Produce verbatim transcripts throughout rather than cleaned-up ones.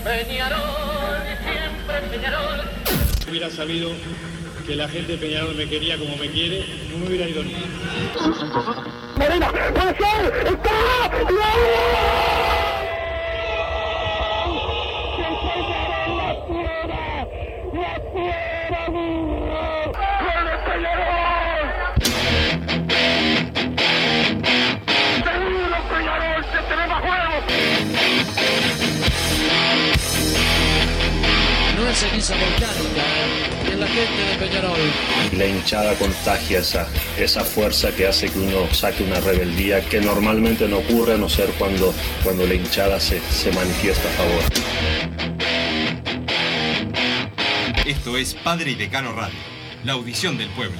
Peñarol, siempre Peñarol. Si hubiera sabido que la gente de Peñarol me quería como me quiere, no me hubiera ido ni. Morena, puede ser, está, No es ceniza volcánica, es la gente de Peñarol. La hinchada contagia esa, esa fuerza que hace que uno saque una rebeldía que normalmente no ocurre a no ser cuando, cuando la hinchada se, se manifiesta a favor. Esto es Padre y Decano Radio, la audición del pueblo.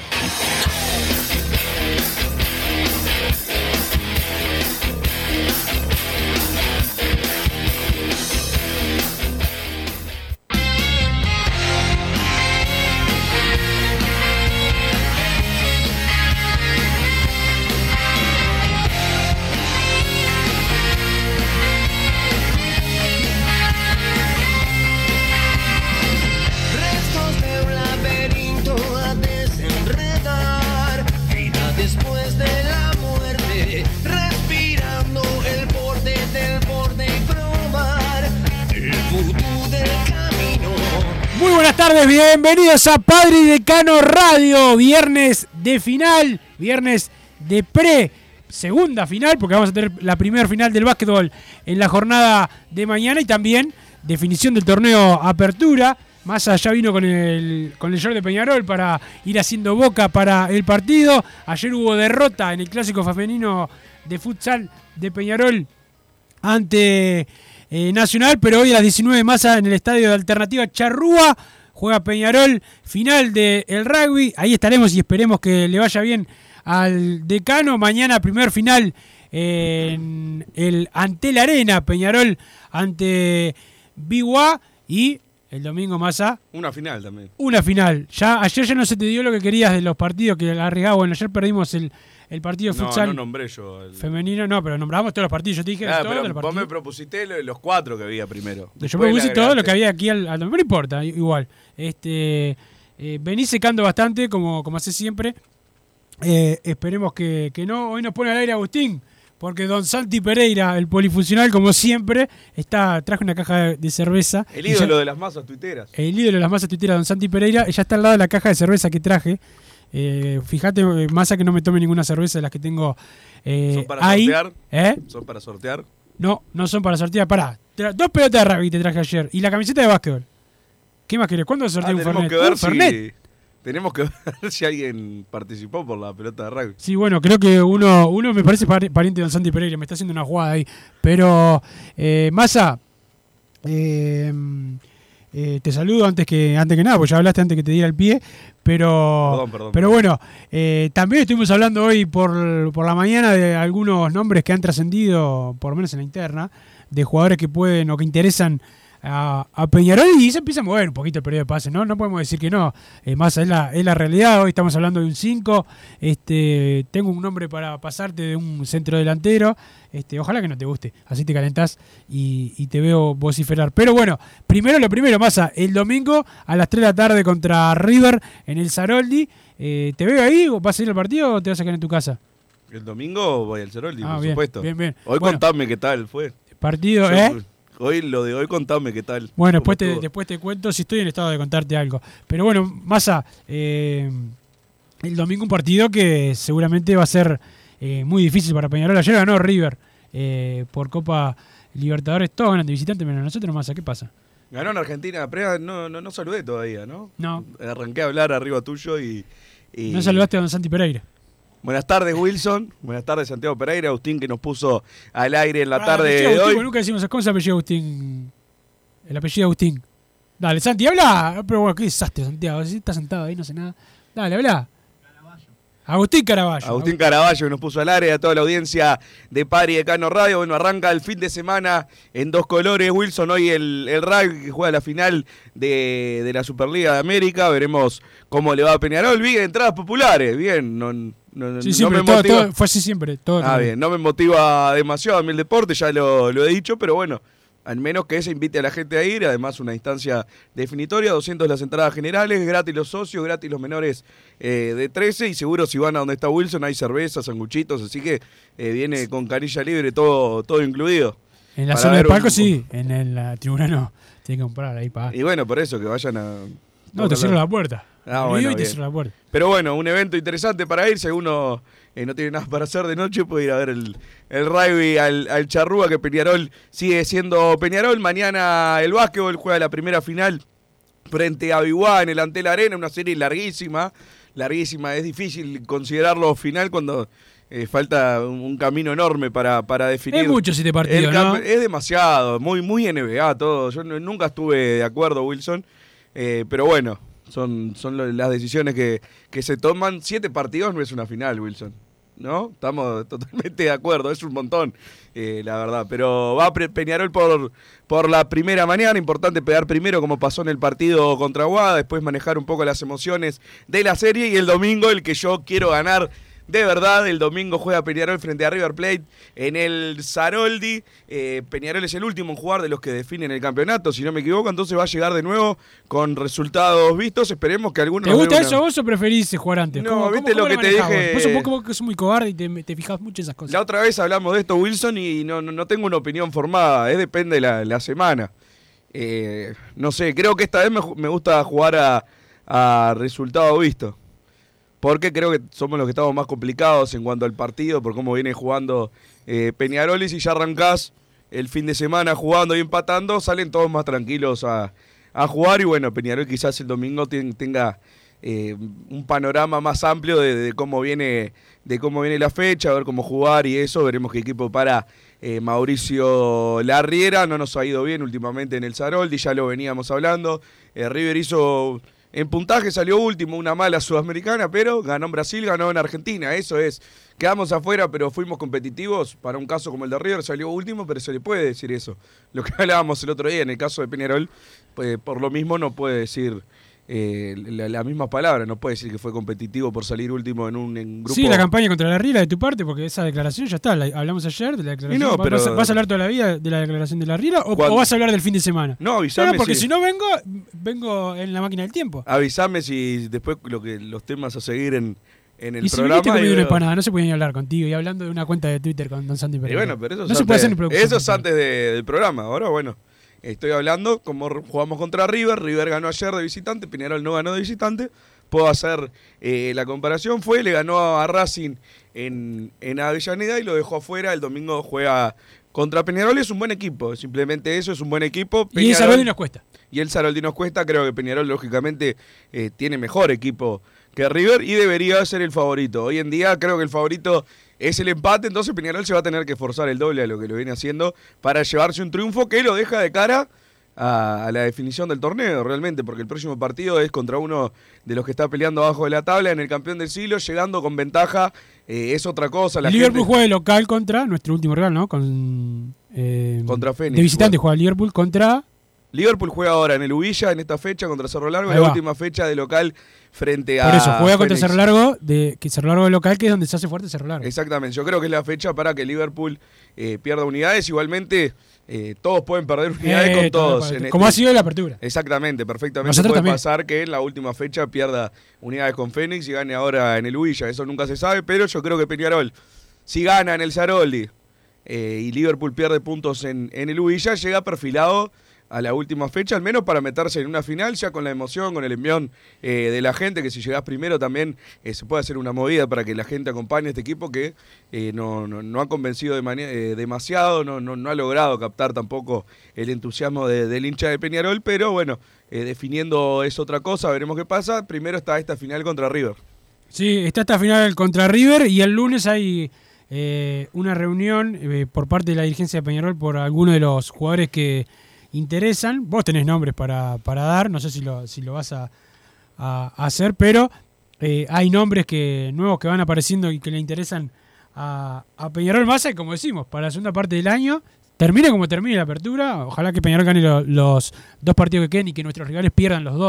Muy buenas tardes, bienvenidos a Padre y Decano Radio, viernes de final, viernes de pre, segunda final, porque vamos a tener la primera final del básquetbol en la jornada de mañana y también definición del torneo Apertura. Massa ya vino con el, con el short de Peñarol para ir haciendo boca para el partido. Ayer hubo derrota en el clásico femenino de futsal de Peñarol ante Eh, Nacional, pero hoy a las diecinueve Massa en el estadio de Alternativa Charrúa juega Peñarol, final del rugby. Ahí estaremos y esperemos que le vaya bien al Decano. Mañana primer final en el Antel Arena, Peñarol ante Biguá, y el domingo Massa una final también. Una final. Ya ayer ya no se te dio lo que querías de los partidos que arriesgaba. Bueno, ayer perdimos el El partido de no, futsal no nombré yo el... femenino, no, pero nombramos todos los partidos. Yo te dije ah, todos pero los vos partidos. me propusiste los cuatro que había primero. Yo Después propuse todo lo que había aquí al, al no me importa, igual. Este, eh, venís secando bastante, como, como hace siempre. Eh, esperemos que, que no. Hoy nos pone al aire Agustín, porque don Santi Pereira, el polifuncional, como siempre, está traje una caja de, de cerveza. El ídolo ya, de las masas tuiteras. El ídolo de las masas tuiteras, don Santi Pereira, ya está al lado de la caja de cerveza que traje. Eh, fíjate, Massa, que no me tome ninguna cerveza de las que tengo eh, ¿Son para ahí. sortear? ¿Eh? ¿Son para sortear? No, no son para sortear. Pará, tra- dos pelotas de rugby te traje ayer y la camiseta de básquetbol. ¿Qué más querés? ¿Cuándo sorteé Ah, un tenemos Fernet? que ver ¿Un si, Fernet? tenemos que ver si alguien participó por la pelota de rugby. Sí, bueno, creo que uno, uno me parece pari- pariente de don Santi Pereira, me está haciendo una jugada ahí. Pero, eh, Massa, eh, eh, te saludo antes que antes que nada, porque ya hablaste antes que te diera el pie. Pero, Perdón, perdón, pero perdón. bueno, eh, también estuvimos hablando hoy por, por la mañana de algunos nombres que han trascendido, por lo menos en la interna, de jugadores que pueden o que interesan a, a Peñarol, y se empieza a mover un poquito el periodo de pases, ¿no? No podemos decir que no. Eh, más es la, es la realidad. Hoy estamos hablando de un cinco. Este, tengo un nombre para pasarte de un centro delantero. Este, ojalá que no te guste. Así te calentás y, y te veo vociferar. Pero bueno, primero lo primero, Massa. El domingo a las tres de la tarde contra River en el Saroldi. Eh, ¿Te veo ahí? ¿O vas a ir al partido o te vas a quedar en tu casa? El domingo voy al Ceroldi, Ah, por bien, supuesto. bien, bien. Hoy Bueno, contame qué tal fue. partido, Yo- ¿eh? Hoy, lo de hoy contame qué tal. Bueno, cómo después te, estuvo. después te cuento si estoy en estado de contarte algo. Pero bueno, Massa, eh, el domingo un partido que seguramente va a ser eh, muy difícil para Peñarol. Ayer ganó River eh, por Copa Libertadores. Todos ganan de visitante menos nosotros, Massa. ¿Qué pasa? Ganó en Argentina, pero no, no, no saludé todavía, ¿no? No. Arranqué a hablar arriba tuyo y... y- No saludaste a don Santi Pereira. Buenas tardes, Wilson. Buenas tardes, Santiago Pereira. Agustín, que nos puso al aire en la Ah, tarde apellido de Agustín, hoy. Nunca decimos cómo se apellido Agustín. El apellido Agustín. Dale, Santi, habla. Pero bueno, qué desastre, Santiago. Si está sentado ahí, no sé nada. Dale, habla. Agustín Caraballo. Agustín Caraballo, que nos puso al área, a toda la audiencia de Padre y Decano Radio. Bueno, arranca el fin de semana en dos colores. Wilson, hoy el, el rugby que juega la final de, de la Superliga de América. Veremos cómo le va a Peñarol. Bien, entradas populares. Bien, no, no, no, Sí, no siempre, me todo, motiva. todo, fue así siempre. Todo Ah, bien, no me motiva demasiado a mí el deporte, ya lo, lo he dicho, pero bueno, al menos que se invite a la gente a ir, además una instancia definitoria, doscientos las entradas generales, gratis los socios, gratis los menores eh, de trece, y seguro si van a donde está Wilson hay cervezas, sanguchitos, así que eh, viene con canilla libre, todo, todo incluido. En la zona de palco un... sí, en el, la tribuna no, tiene que comprar ahí para... Y bueno, por eso, que vayan a... No, te cierro la puerta. Ah, bueno, y te cierro la puerta. Pero bueno, un evento interesante para ir, si uno eh, no tiene nada para hacer de noche, puede ir a ver el, el rugby al, al Charrúa, que Peñarol sigue siendo Peñarol. Mañana el básquetbol juega la primera final frente a Biguá en el Antel Arena, una serie larguísima, larguísima, es difícil considerarlo final cuando eh, falta un, un camino enorme para, para definir. Es mucho este partido, ¿no? Es demasiado, muy, muy N B A todo. Yo no, nunca estuve de acuerdo, Wilson, eh, pero bueno. Son, son las decisiones que, que se toman. Siete partidos no es una final, Wilson, ¿no? Estamos totalmente de acuerdo, es un montón, eh, la verdad. Pero va a Peñarol por, por la primera mañana, importante pegar primero como pasó en el partido contra Aguada, después manejar un poco las emociones de la serie, y el domingo el que yo quiero ganar de verdad. El domingo juega Peñarol frente a River Plate en el Saroldi. Eh, Peñarol es el último en jugar de los que definen el campeonato, si no me equivoco, entonces va a llegar de nuevo con resultados vistos. Esperemos que algunos... ¿Te gusta eso vos o preferís jugar antes? No, ¿Cómo, viste cómo, lo cómo que te dije... Vos sos un poco que sos muy cobarde y te, te fijas mucho en esas cosas. La otra vez hablamos de esto, Wilson, y no, no, no tengo una opinión formada, es depende de la, la semana. Eh, no sé, creo que esta vez me, me gusta jugar a, a resultado visto. Porque creo que somos los que estamos más complicados en cuanto al partido, por cómo viene jugando eh, Peñarol, y si ya arrancás el fin de semana jugando y empatando, salen todos más tranquilos a, a jugar, y bueno, Peñarol quizás el domingo ten, tenga eh, un panorama más amplio de, de cómo viene de cómo viene la fecha, a ver cómo jugar y eso, veremos qué equipo para eh, Mauricio Larriera. No nos ha ido bien últimamente en el Saroldi, ya lo veníamos hablando. eh, River hizo... En puntaje salió último, una mala sudamericana, pero ganó en Brasil, ganó en Argentina. Eso es, quedamos afuera, pero fuimos competitivos. Para un caso como el de River salió último, pero se le puede decir eso. Lo que hablábamos el otro día, en el caso de Peñarol, pues, por lo mismo no puede decir eh, la, la misma palabra. No puede decir que fue competitivo por salir último en un en grupo. Sí, la campaña contra la Riera de tu parte, porque esa declaración ya está. La, hablamos ayer de la declaración. No, pero... ¿Vas, a, ¿Vas a hablar toda la vida de la declaración de la Riera o, o vas a hablar del fin de semana? No, avísame. No, no, porque si... si no vengo, vengo en la máquina del tiempo. Avísame si después lo que los temas a seguir en, en el y si programa. Y y una empanada, no se puede ni hablar contigo y hablando de una cuenta de Twitter con Don Santi Pérez. Y bueno, pero eso no es se antes, puede hacer ni producción. Eso es antes de, del programa. Ahora, bueno. Estoy hablando como jugamos contra River. River ganó ayer de visitante, Peñarol no ganó de visitante. Puedo hacer eh, la comparación. Fue, le ganó a Racing en, en Avellaneda y lo dejó afuera. El domingo juega contra Peñarol. Es un buen equipo, simplemente eso, es un buen equipo. Peñarol, y el Saroldi nos cuesta. Y el Saroldi nos cuesta. Creo que Peñarol, lógicamente, eh, tiene mejor equipo que River y debería ser el favorito. Hoy en día creo que el favorito es el empate, entonces Peñarol se va a tener que esforzar el doble a lo que lo viene haciendo para llevarse un triunfo que lo deja de cara a, a la definición del torneo realmente, porque el próximo partido es contra uno de los que está peleando abajo de la tabla en el campeón del siglo, llegando con ventaja, eh, es otra cosa. La Liverpool gente... juega de local contra nuestro último rival, ¿no? Con, eh, contra Fénix. De visitante juega Liverpool contra... Liverpool juega ahora en el Ubilla, en esta fecha, contra Cerro Largo, la última fecha de local frente a Por eso, juega contra Fénix. Cerro Largo, de, que Cerro Largo de local, que es donde se hace fuerte Cerro Largo. Exactamente, yo creo que es la fecha para que Liverpool eh, pierda unidades. Igualmente, eh, todos pueden perder unidades eh, con todos. En como este... ha sido la apertura. Exactamente, perfectamente. Nosotros puede también. pasar que en la última fecha pierda unidades con Fénix y gane ahora en el Ubilla. Eso nunca se sabe, pero yo creo que Peñarol, si gana en el Saroldi eh, y Liverpool pierde puntos en, en el Ubilla, llega perfilado a la última fecha, al menos para meterse en una final, ya con la emoción, con el envión eh, de la gente, que si llegás primero también eh, se puede hacer una movida para que la gente acompañe a este equipo que eh, no, no, no ha convencido de mani- eh, demasiado, no, no, no ha logrado captar tampoco el entusiasmo de, del hincha de Peñarol, pero bueno, eh, definiendo es otra cosa, veremos qué pasa. Primero está esta final contra River. Sí, está esta final contra River y el lunes hay eh, una reunión eh, por parte de la dirigencia de Peñarol por algunos de los jugadores que interesan. Vos tenés nombres para, para dar, no sé si lo, si lo vas a, a, a hacer, pero eh, hay nombres que nuevos que van apareciendo y que le interesan a, a Peñarol Massa, y como decimos, para la segunda parte del año, termine como termine la apertura, ojalá que Peñarol gane lo, los dos partidos que queden y que nuestros rivales pierdan los dos,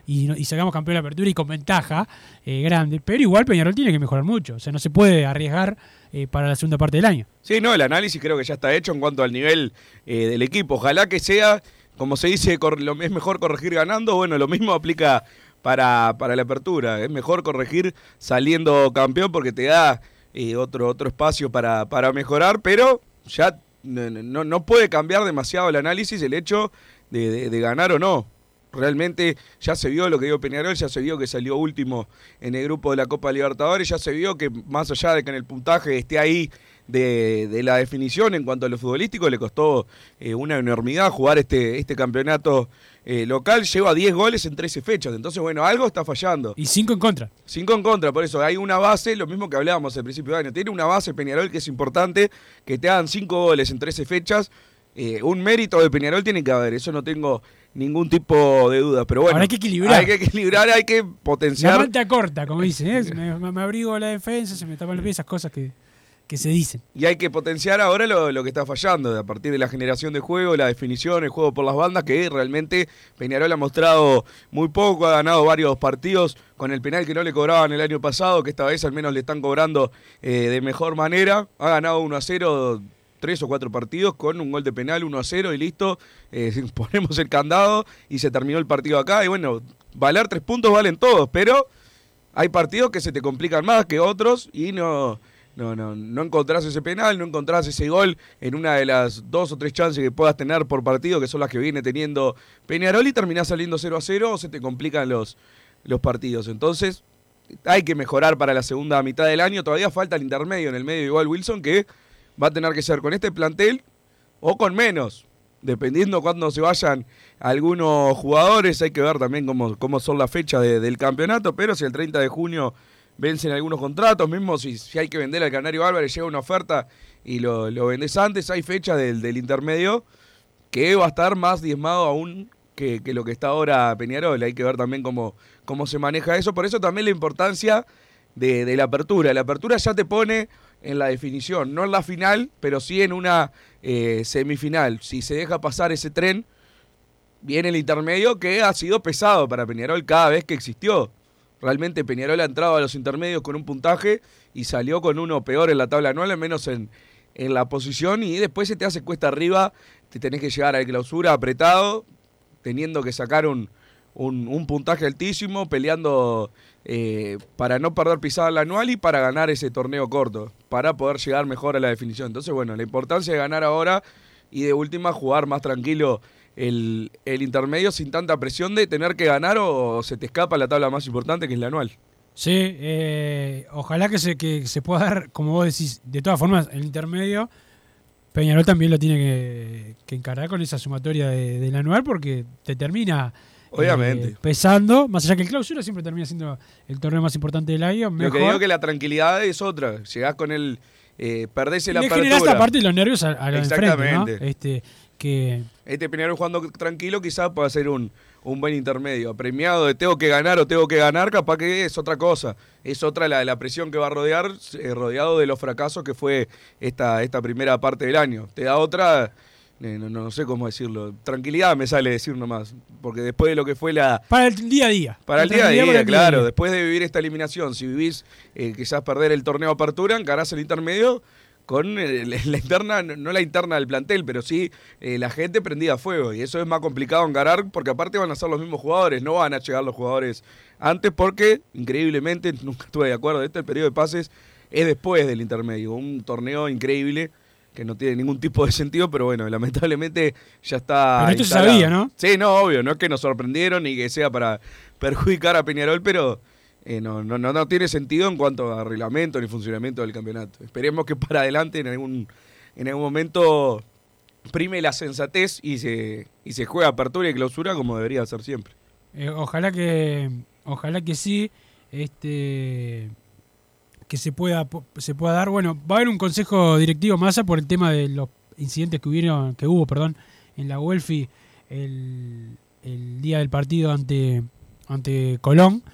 y, y sacamos campeón de la apertura y con ventaja eh, grande, pero igual Peñarol tiene que mejorar mucho, o sea, no se puede arriesgar eh, para la segunda parte del año. Sí, no, el análisis creo que ya está hecho en cuanto al nivel eh, del equipo. Ojalá que sea, como se dice, lo, es mejor corregir ganando. Bueno, lo mismo aplica para, para la apertura. Es mejor corregir saliendo campeón porque te da eh, otro, otro espacio para, para mejorar, pero ya no, no puede cambiar demasiado el análisis el hecho de, de, de ganar o no. Realmente ya se vio lo que dio Peñarol, ya se vio que salió último en el grupo de la Copa Libertadores, ya se vio que más allá de que en el puntaje esté ahí de, de la definición en cuanto a lo futbolístico, le costó eh, una enormidad jugar este, este campeonato eh, local, lleva diez goles en trece fechas, entonces bueno, algo está fallando. Y cinco en contra. cinco en contra, por eso hay una base, lo mismo que hablábamos al principio de año, tiene una base Peñarol que es importante, que te hagan cinco goles en trece fechas, eh, un mérito de Peñarol tiene que haber, eso no tengo ningún tipo de duda, pero bueno, ahora hay que equilibrar, hay que equilibrar, hay que potenciar. La manta corta, como dicen, ¿eh? me, me abrigo la defensa, se me tapan los pies, esas cosas que, que se dicen. Y hay que potenciar ahora lo, lo que está fallando, a partir de la generación de juego, la definición, el juego por las bandas, que realmente Peñarol ha mostrado muy poco, ha ganado varios partidos con el penal que no le cobraban el año pasado, que esta vez al menos le están cobrando eh, de mejor manera, ha ganado uno a cero tres o cuatro partidos con un gol de penal, uno a cero y listo, eh, ponemos el candado y se terminó el partido acá. Y bueno, valer tres puntos valen todos, pero hay partidos que se te complican más que otros y no, no, no, no encontrás ese penal, no encontrás ese gol en una de las dos o tres chances que puedas tener por partido, que son las que viene teniendo Peñarol, y terminás saliendo cero a cero o se te complican los, los partidos. Entonces hay que mejorar para la segunda mitad del año, todavía falta el intermedio, en el medio igual Wilson, que va a tener que ser con este plantel o con menos, dependiendo cuándo se vayan algunos jugadores. Hay que ver también cómo, cómo son las fechas de, del campeonato, pero si el treinta de junio vencen algunos contratos, mismo si, si hay que vender al Canario Álvarez, llega una oferta y lo, lo vendés antes, hay fecha del, del intermedio que va a estar más diezmado aún que, que lo que está ahora Peñarol. Hay que ver también cómo, cómo se maneja eso, por eso también la importancia de, de la apertura. La apertura ya te pone en la definición, no en la final, pero sí en una eh, semifinal. Si se deja pasar ese tren, viene el intermedio, que ha sido pesado para Peñarol cada vez que existió. Realmente Peñarol ha entrado a los intermedios con un puntaje y salió con uno peor en la tabla anual, al menos en, en la posición, y después se te hace cuesta arriba, te tenés que llegar a la clausura apretado, teniendo que sacar un, un, un puntaje altísimo, peleando eh, para no perder pisada en la anual y para ganar ese torneo corto, para poder llegar mejor a la definición. Entonces, bueno, la importancia de ganar ahora y de última jugar más tranquilo el, el intermedio sin tanta presión de tener que ganar o se te escapa la tabla más importante, que es la anual. Sí, eh, ojalá que se, que se pueda dar, como vos decís, de todas formas, el intermedio. Peñarol también lo tiene que, que encarar con esa sumatoria de, del anual, porque te termina obviamente eh, pesando, más allá que el clausura siempre termina siendo el torneo más importante del año. Mejor. Lo que digo que la tranquilidad es otra, llegás con el, eh, perdés la apertura. Le generás aparte los nervios a, a la exactamente. Enfrente, ¿no? Este, que... este Peñarol jugando tranquilo quizás pueda ser un, un buen intermedio. Premiado de tengo que ganar o tengo que ganar, capaz que es otra cosa. Es otra la, la presión que va a rodear, eh, rodeado de los fracasos que fue esta, esta primera parte del año. Te da otra, eh, no, no sé cómo decirlo, tranquilidad me sale decir nomás. Porque después de lo que fue la... Para el día a día. Para el día a día, día claro. Día. Después de vivir esta eliminación, si vivís eh, quizás perder el torneo apertura, encarás el intermedio con eh, la interna, no la interna del plantel, pero sí eh, la gente prendida a fuego, y eso es más complicado encarar porque aparte van a ser los mismos jugadores, no van a llegar los jugadores antes porque, increíblemente, nunca estuve de acuerdo, este el periodo de pases es después del intermedio, un torneo increíble que no tiene ningún tipo de sentido, pero bueno, lamentablemente ya está pero esto instalado. Se sabía, ¿no? Sí, no, obvio, no es que nos sorprendieron ni que sea para perjudicar a Peñarol, pero... Eh, no, no, no, no tiene sentido en cuanto a reglamento ni funcionamiento del campeonato. Esperemos que para adelante en algún, en algún momento prime la sensatez y se, y se juegue apertura y clausura como debería ser siempre. Eh, ojalá que ojalá que sí, este que se pueda se pueda dar. Bueno, va a haber un consejo directivo Massa por el tema de los incidentes que hubieron, que hubo, perdón, en la Welfi el, el día del partido ante ante Colón.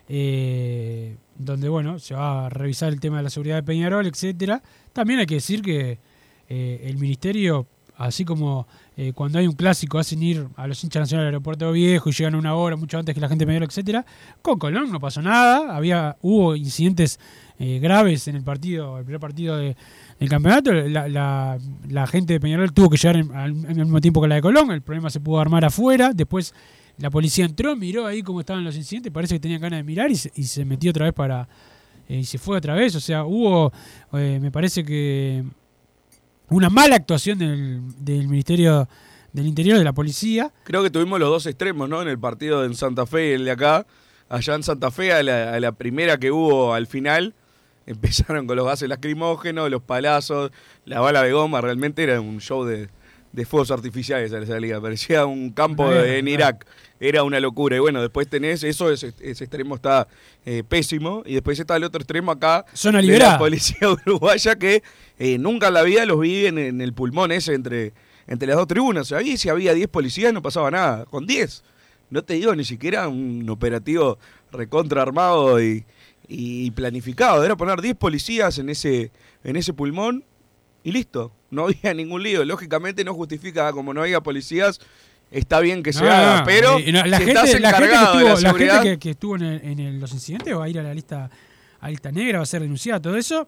Eh, donde bueno se va a revisar el tema de la seguridad de Peñarol, etcétera. También hay que decir que eh, el ministerio así como eh, cuando hay un clásico hacen ir a los hinchas nacionales al aeropuerto viejo y llegan una hora, mucho antes que la gente Peñarol, etcétera. Con Colón no pasó nada, había hubo incidentes eh, graves en el partido, el primer partido de, del campeonato. La, la, la gente de Peñarol tuvo que llegar en, al, al mismo tiempo que la de Colón, el problema se pudo armar afuera, después la policía entró, miró ahí cómo estaban los incidentes, parece que tenían ganas de mirar y se, y se metió otra vez para... Eh, y se fue otra vez, o sea, hubo, eh, me parece que una mala actuación del, del Ministerio del Interior, de la policía. Creo que tuvimos los dos extremos, ¿no? En el partido en Santa Fe y el de acá. Allá en Santa Fe, a la, a la primera que hubo al final, empezaron con los gases lacrimógenos, los palazos, la bala de goma. Realmente era un show de, de fuegos artificiales a la salida. Parecía un campo Bien, de, en Irak. Era una locura. Y bueno, después tenés eso, ese, ese extremo está eh, pésimo. Y después está el otro extremo acá. Zona de liberada. la policía uruguaya que eh, nunca en la vida los vi en, en el pulmón ese entre, entre las dos tribunas. O sea, ahí si había diez policías no pasaba nada. Con diez. No te digo ni siquiera un operativo recontra armado y, y planificado. Era poner diez policías en ese, en ese pulmón y listo. No había ningún lío. Lógicamente no justifica, como no había policías, está bien que se No, haga, no, pero eh, no, la si gente, estás la gente que encargado de estuvo, la la seguridad... gente que, que estuvo en, el- en el- los incidentes va a ir a la lista a la lista negra, va a ser denunciada, todo eso.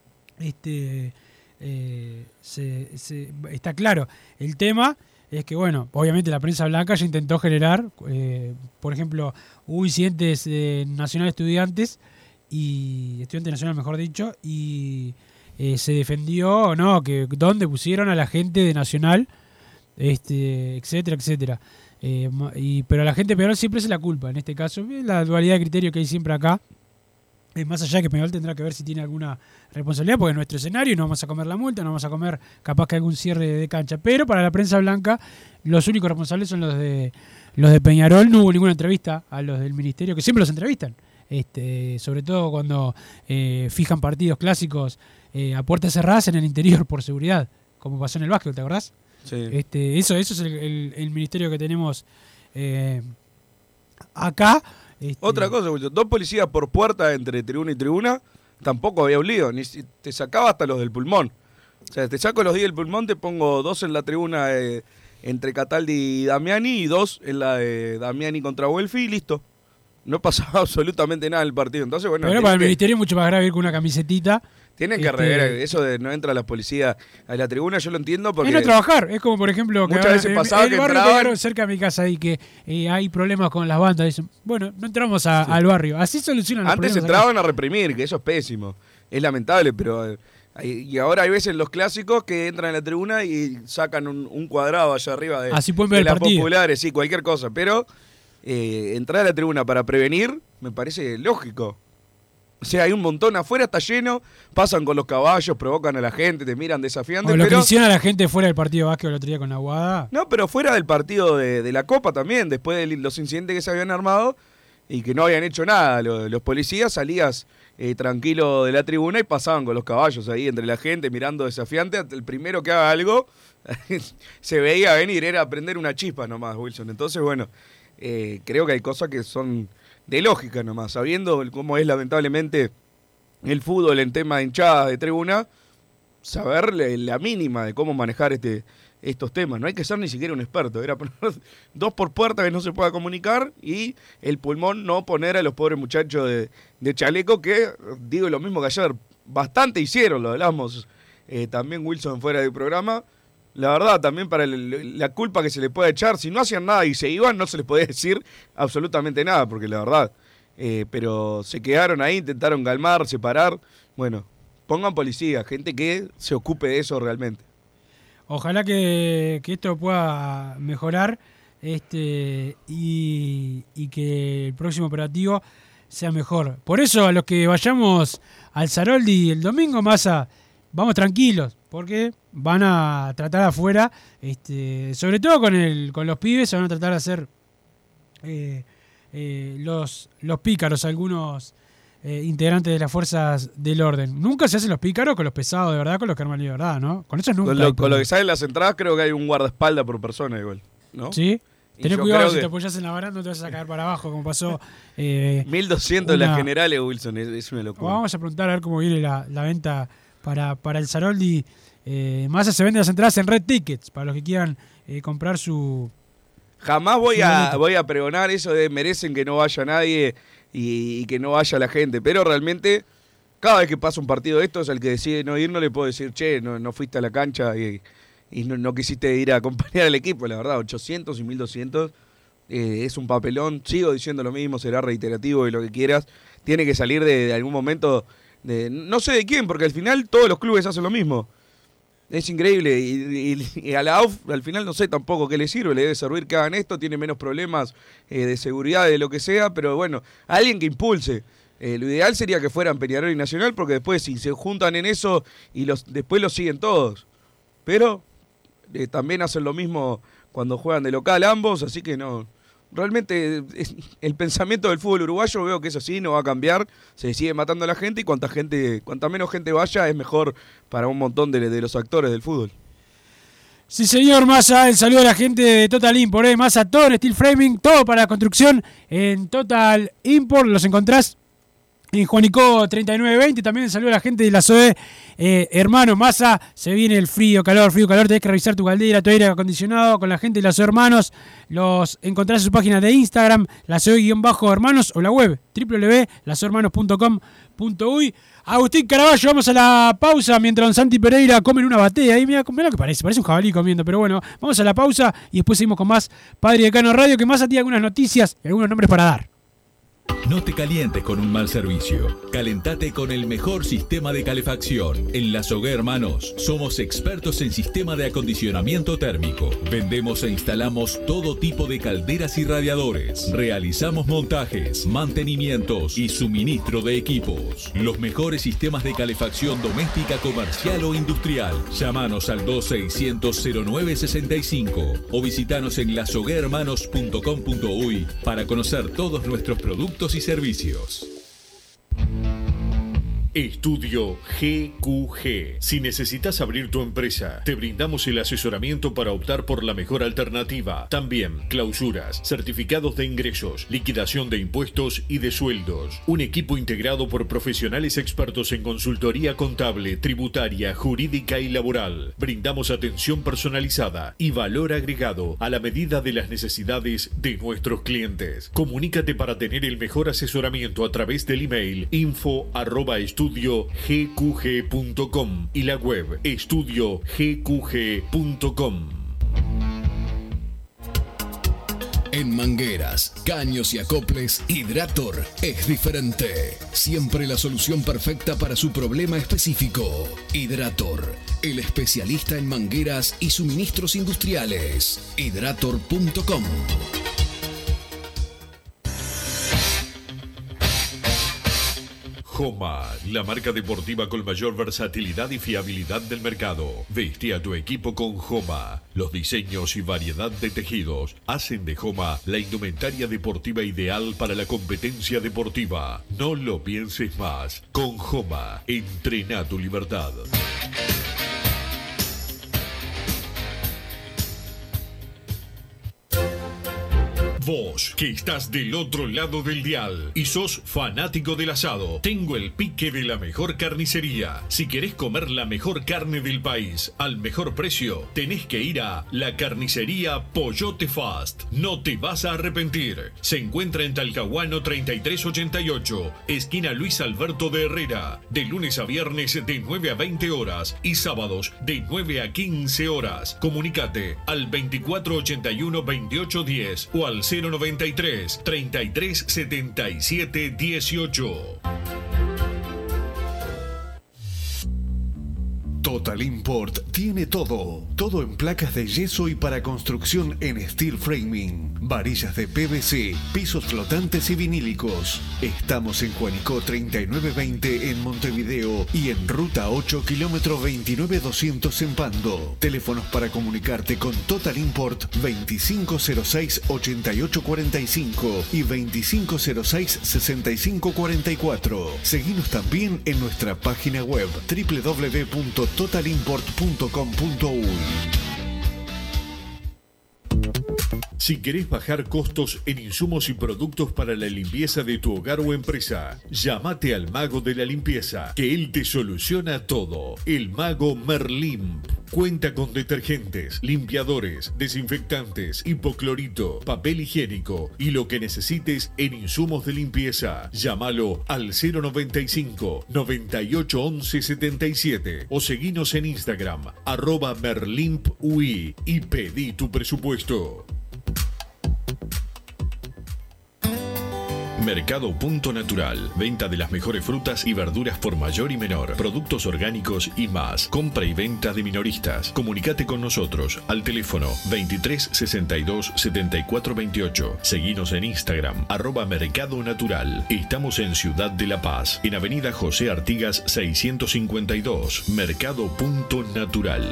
Este eh, se, se- está claro. El tema es que, bueno, obviamente la prensa blanca ya intentó generar, eh, por ejemplo, hubo incidentes eh, Nacional Estudiantes, y Estudiantes Nacional, mejor dicho, y eh, se defendió, ¿no? Que donde pusieron a la gente de Nacional, este, etcétera, etcétera. Eh, ma- y, pero a la gente de Peñarol siempre es la culpa, en este caso. Es la dualidad de criterio que hay siempre acá. Eh, más allá de que Peñarol tendrá que ver si tiene alguna responsabilidad, porque es nuestro escenario y no vamos a comer la multa, no vamos a comer capaz que algún cierre de cancha. Pero para la prensa blanca, los únicos responsables son los de los de Peñarol. No hubo ninguna entrevista a los del ministerio, que siempre los entrevistan. Este, sobre todo cuando eh, fijan partidos clásicos eh, a puertas cerradas en el interior por seguridad, como pasó en el básquet, ¿te acordás? Sí. Este, eso, eso es el, el- el ministerio que tenemos eh, acá. Este, Otra cosa, Wilson, dos policías por puerta entre tribuna y tribuna, tampoco había un lío, ni si- te sacaba hasta los del pulmón. O sea, te saco los diez del pulmón, te pongo dos en la tribuna eh, entre Cataldi y Damiani y dos en la de Damiani contra Welfi y listo. No pasaba absolutamente nada en el partido. Entonces, bueno, pero tienen para el que, ministerio es mucho más grave ir con una camisetita. tienen que este, rever eso de no entra la policía a la tribuna, yo lo entiendo porque... Es no trabajar, es como por ejemplo que muchas ahora veces en- pasaba en que el barrio entraban- Peñarol, cerca de mi casa ahí que eh, hay problemas con las bandas, dicen, bueno, no entramos a- al barrio, así solucionan los Antes problemas entraban a reprimir, que eso es pésimo. Es lamentable, pero... eh, hay- y ahora hay veces los clásicos que entran en la tribuna y sacan un, un cuadrado allá arriba de, Así pueden ver de el las partido. populares, sí, cualquier cosa. Pero eh, entrar a la tribuna para prevenir me parece lógico. O sea, hay un montón afuera, está lleno, pasan con los caballos, provocan a la gente, te miran desafiantes, O lo que pero... hicieron a la gente fuera del partido de básquet el otro día con la Guada. No, pero fuera del partido de, de la Copa también, después de los incidentes que se habían armado y que no habían hecho nada. Los, los policías salías eh, tranquilo de la tribuna y pasaban con los caballos ahí entre la gente mirando desafiante. El primero que haga algo se veía venir, era prender una chispa nomás, Wilson. Entonces, bueno, eh, creo que hay cosas que son de lógica nomás, sabiendo cómo es lamentablemente el fútbol en tema de hinchadas de tribuna, saber la- la mínima de cómo manejar este estos temas. No hay que ser ni siquiera un experto. Era poner dos por puerta que no se pueda comunicar y el pulmón no poner a los pobres muchachos de, de chaleco que, digo lo mismo que ayer, bastante hicieron, lo hablamos eh, también Wilson fuera del programa. La verdad, también para el- la culpa que se le puede echar, si no hacían nada y se iban, no se les podía decir absolutamente nada, porque la verdad, eh, pero se quedaron ahí, intentaron calmar, separar. Bueno, pongan policía, gente que se ocupe de eso realmente. Ojalá que, que esto pueda mejorar este y, y que el próximo operativo sea mejor. Por eso, a los que vayamos al Saroldi el domingo, Massa, vamos tranquilos, porque van a tratar afuera, este, sobre todo con el con los pibes, se van a tratar de hacer eh, eh, los, los pícaros, algunos eh, integrantes de las fuerzas del orden. Nunca se hacen los pícaros con los pesados de verdad, con los que arman de verdad, ¿no? Con eso nunca. Con hay lo, con lo problema. que salen las entradas, creo que hay un guardaespaldas por persona igual, ¿no? ¿Sí? Y Tené yo cuidado, creo si que- te apoyas en la baranda no te vas a caer para abajo, como pasó. Eh, mil doscientos las una- generales, Wilson, es, es una locura. Vamos a preguntar a ver cómo viene la, la venta para, para el Saroldi Eh, Massa se vende las entradas en Red Tickets, para los que quieran eh, comprar su... Jamás voy su a, boleto. voy a pregonar eso de merecen que no vaya nadie y, y que no vaya la gente, pero realmente cada vez que pasa un partido de estos, al que decide no ir no le puedo decir, che, no, no fuiste a la cancha y, y no, no quisiste ir a acompañar al equipo. La verdad, ochocientos y mil doscientos eh, es un papelón. Sigo diciendo lo mismo, será reiterativo y lo que quieras. Tiene que salir de, de algún momento, de, no sé de quién, porque al final todos los clubes hacen lo mismo. Es increíble, y, y, y a la A U F al final no sé tampoco qué le sirve, le debe servir que hagan esto, tiene menos problemas eh, de seguridad, de lo que sea, pero bueno, alguien que impulse. Eh, lo ideal sería que fueran Peñarol y Nacional, porque después si se juntan en eso y los después los siguen todos. Pero eh, también hacen lo mismo cuando juegan de local ambos, así que no... Realmente es, el pensamiento del fútbol uruguayo veo que es así, no va a cambiar, se sigue matando a la gente y cuanta gente, cuanta menos gente vaya es mejor para un montón de, de los actores del fútbol. Sí, señor Massa, el saludo a la gente de Total Import, ¿eh? Massa, todo en steel framing, todo para la construcción en Total Import, los encontrás en Juanico treinta y nueve veinte. También el saludo a la gente de la S O E, eh, hermano Massa, se viene el frío, calor, frío, calor, tenés que revisar tu caldera, tu aire acondicionado con la gente de la S O E Hermanos. Los encontrás en su página de Instagram, la S O E-Hermanos, o la web, doble u doble u doble punto la s o hermanos punto com punto u y. Agustín Caraballo, vamos a la pausa mientras don Santi Pereira comen una batea. Ahí mira, mira lo que parece, parece un jabalí comiendo, pero bueno, vamos a la pausa y después seguimos con más Padre y Decano Radio, que Massa tiene algunas noticias y algunos nombres para dar. No te calientes con un mal servicio. Calentate con el mejor sistema de calefacción. En la S O G Hermanos somos expertos en sistema de acondicionamiento térmico. Vendemos e instalamos todo tipo de calderas y radiadores. Realizamos montajes, mantenimientos y suministro de equipos. Los mejores sistemas de calefacción doméstica, comercial o industrial. Llámanos al dos seiscientos cero nueve sesenta y cinco o visitanos en la s o g hermanos punto com punto u y para conocer todos nuestros productos y servicios. Estudio G Q G. Si necesitas abrir tu empresa, te brindamos el asesoramiento para optar por la mejor alternativa. También clausuras, certificados de ingresos, liquidación de impuestos y de sueldos. Un equipo integrado por profesionales expertos en consultoría contable, tributaria, jurídica y laboral. Brindamos atención personalizada y valor agregado a la medida de las necesidades de nuestros clientes. Comunícate para tener el mejor asesoramiento a través del email info arroba estudio g q g punto com y la web estudio g q g punto com. En mangueras, caños y acoples, Hidrator es diferente. Siempre la solución perfecta para su problema específico. Hidrator, el especialista en mangueras y suministros industriales. hidrator punto com. Joma, la marca deportiva con mayor versatilidad y fiabilidad del mercado. Vestí a tu equipo con Joma. Los diseños y variedad de tejidos hacen de Joma la indumentaria deportiva ideal para la competencia deportiva. No lo pienses más. Con Joma, entrena tu libertad. Vos, que estás del otro lado del dial y sos fanático del asado, tengo el pique de la mejor carnicería. Si querés comer la mejor carne del país al mejor precio, tenés que ir a la carnicería Pollote Fast. No te vas a arrepentir. Se encuentra en Talcahuano treinta y tres ochenta y ocho, esquina Luis Alberto de Herrera, de lunes a viernes de nueve a veinte horas y sábados de nueve a quince horas. Comunicate al veinticuatro ochenta y uno veintiocho diez o al cero noventa y tres treinta y tres setenta y siete dieciocho. Total Import tiene todo. Todo en placas de yeso y para construcción en steel framing. Varillas de P V C, pisos flotantes y vinílicos. Estamos en Juanico treinta y nueve veinte en Montevideo y en Ruta ocho, kilómetro veintinueve doscientos en Pando. Teléfonos para comunicarte con Total Import veinticinco cero seis ochenta y ocho cuarenta y cinco y veinticinco cero seis sesenta y cinco cuarenta y cuatro. Seguinos también en nuestra página web doble u doble u doble u punto total import punto com punto u y. Si querés bajar costos en insumos y productos para la limpieza de tu hogar o empresa, llámate al mago de la limpieza, que él te soluciona todo. El mago Merlimp. Cuenta con detergentes, limpiadores, desinfectantes, hipoclorito, papel higiénico y lo que necesites en insumos de limpieza. Llámalo al cero noventa y cinco, noventa y ocho, once, setenta y siete o seguinos en Instagram, arroba merlimpui y pedí tu presupuesto. Mercado Punto Natural. Venta de las mejores frutas y verduras por mayor y menor. Productos orgánicos y más. Compra y venta de minoristas. Comunicate con nosotros al teléfono veintitrés sesenta y dos setenta y cuatro veintiocho. Seguinos en Instagram, arroba Mercado Natural. Estamos en Ciudad de La Paz, en Avenida José Artigas seiscientos cincuenta y dos. Mercado Punto Natural.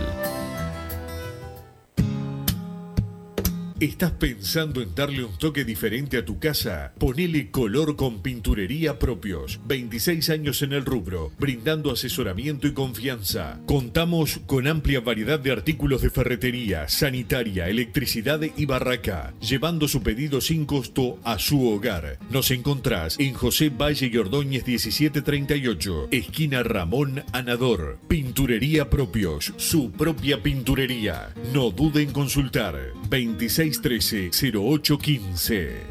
¿Estás pensando en darle un toque diferente a tu casa? Ponele color con Pinturería Propios. veintiséis años en el rubro, brindando asesoramiento y confianza. Contamos con amplia variedad de artículos de ferretería, sanitaria, electricidad y barraca, llevando su pedido sin costo a su hogar. Nos encontrás en José Valle y Ordóñez diecisiete treinta y ocho, esquina Ramón Anador. Pinturería Propios, su propia pinturería. No dude en consultar. veintiséis trece, cero ocho quince.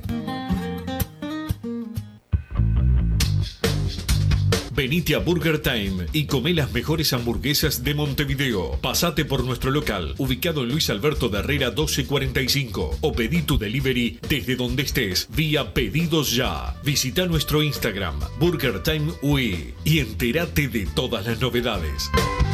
Venite a Burger Time y come las mejores hamburguesas de Montevideo. Pasate por nuestro local, ubicado en Luis Alberto de Herrera doce cuarenta y cinco, o pedí tu delivery desde donde estés, vía Pedidos Ya. Visita nuestro Instagram, Burger Time U E, y entérate de todas las novedades.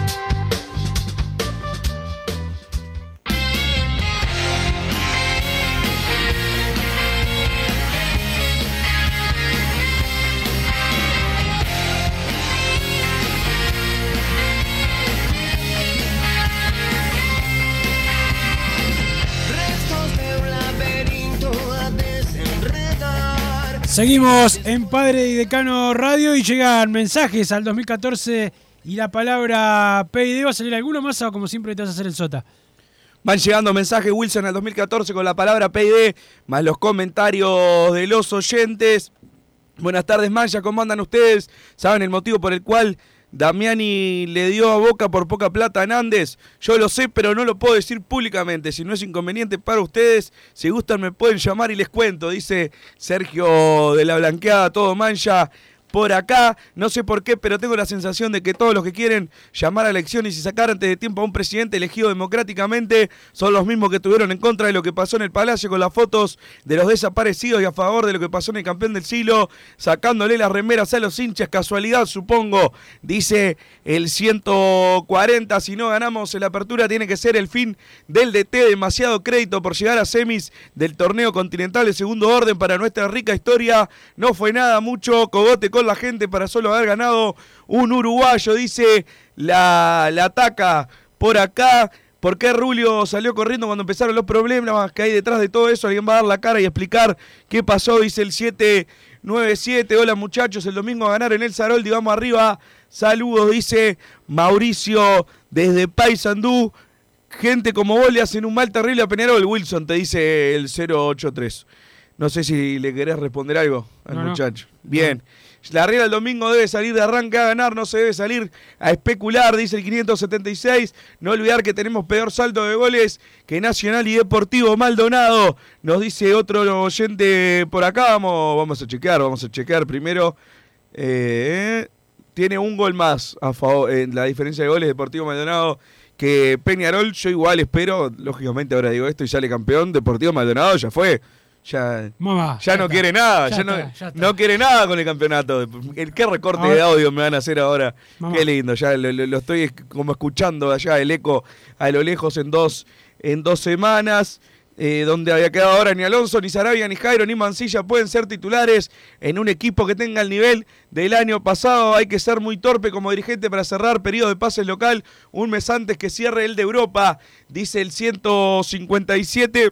Seguimos en Padre y Decano Radio y llegan mensajes al dos mil catorce y la palabra P I D. ¿Va a salir alguno más o como siempre te vas a hacer el sota? Van llegando mensajes, Wilson, al dos mil catorce con la palabra P I D, más los comentarios de los oyentes. Buenas tardes, Maya, ¿cómo andan ustedes? ¿Saben el motivo por el cual Damiani le dio a Boca por poca plata a Nández? Yo lo sé, pero no lo puedo decir públicamente. Si no es inconveniente para ustedes, si gustan me pueden llamar y les cuento, dice Sergio de la Blanqueada, todo Mancha. Por acá, no sé por qué, pero tengo la sensación de que todos los que quieren llamar a elecciones y sacar antes de tiempo a un presidente elegido democráticamente son los mismos que estuvieron en contra de lo que pasó en el Palacio con las fotos de los desaparecidos y a favor de lo que pasó en el campeón del siglo, sacándole las remeras a los hinchas. Casualidad, supongo, dice el ciento cuarenta. Si no ganamos en la apertura, tiene que ser el fin del D T. Demasiado crédito por llegar a semis del torneo continental de segundo orden para nuestra rica historia. No fue nada mucho cogote con la gente para solo haber ganado un uruguayo, dice la, la Taca por acá. ¿Por qué Rulio salió corriendo cuando empezaron los problemas que hay detrás de todo eso? Alguien va a dar la cara y explicar qué pasó, dice el siete nueve siete. Hola muchachos, el domingo a ganar en el Saroldi, vamos arriba. Saludos, dice Mauricio desde Paysandú. Gente como vos le hacen un mal terrible a Peñarol. Wilson, te dice el cero ocho tres. No sé si le querés responder algo al no, muchacho. No. Bien. No. La Riera el domingo debe salir de arranque a ganar, no se debe salir a especular, dice el quinientos setenta y seis. No olvidar que tenemos peor saldo de goles que Nacional y Deportivo Maldonado. Nos dice otro oyente por acá. Vamos, vamos a chequear, vamos a chequear primero. Eh, tiene un gol más a favor en la diferencia de goles Deportivo Maldonado que Peñarol. Yo igual espero, lógicamente ahora digo esto y sale campeón. Deportivo Maldonado ya fue. Ya, Mamá, ya, ya no está. quiere nada, ya, ya, está, no, ya no quiere nada con el campeonato. El qué recorte ahora de audio me van a hacer ahora. Mamá. Qué lindo, ya lo, lo, lo estoy como escuchando allá el eco a lo lejos en dos, en dos semanas. Eh, donde había quedado ahora ni Alonso, ni Sarabia, ni Jairo, ni Mancilla pueden ser titulares en un equipo que tenga el nivel del año pasado. Hay que ser muy torpe como dirigente para cerrar periodo de pases local un mes antes que cierre el de Europa, dice el ciento cincuenta y siete.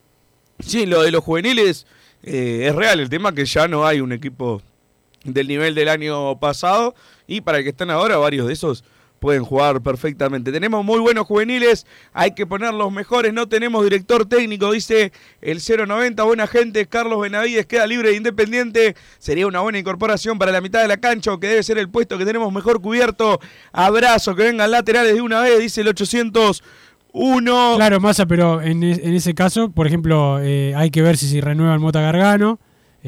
Sí, lo de los juveniles eh, es real, el tema que ya no hay un equipo del nivel del año pasado y para el que están ahora varios de esos pueden jugar perfectamente. Tenemos muy buenos juveniles, hay que poner los mejores, no tenemos director técnico, dice el cero noventa, buena gente, Carlos Benavides queda libre de Independiente, sería una buena incorporación para la mitad de la cancha, que debe ser el puesto que tenemos mejor cubierto, abrazo, que vengan laterales de una vez, dice el ochocientos uno. Claro, Massa, pero en, en ese caso, por ejemplo, eh, hay que ver si, si renueva el Mota Gargano,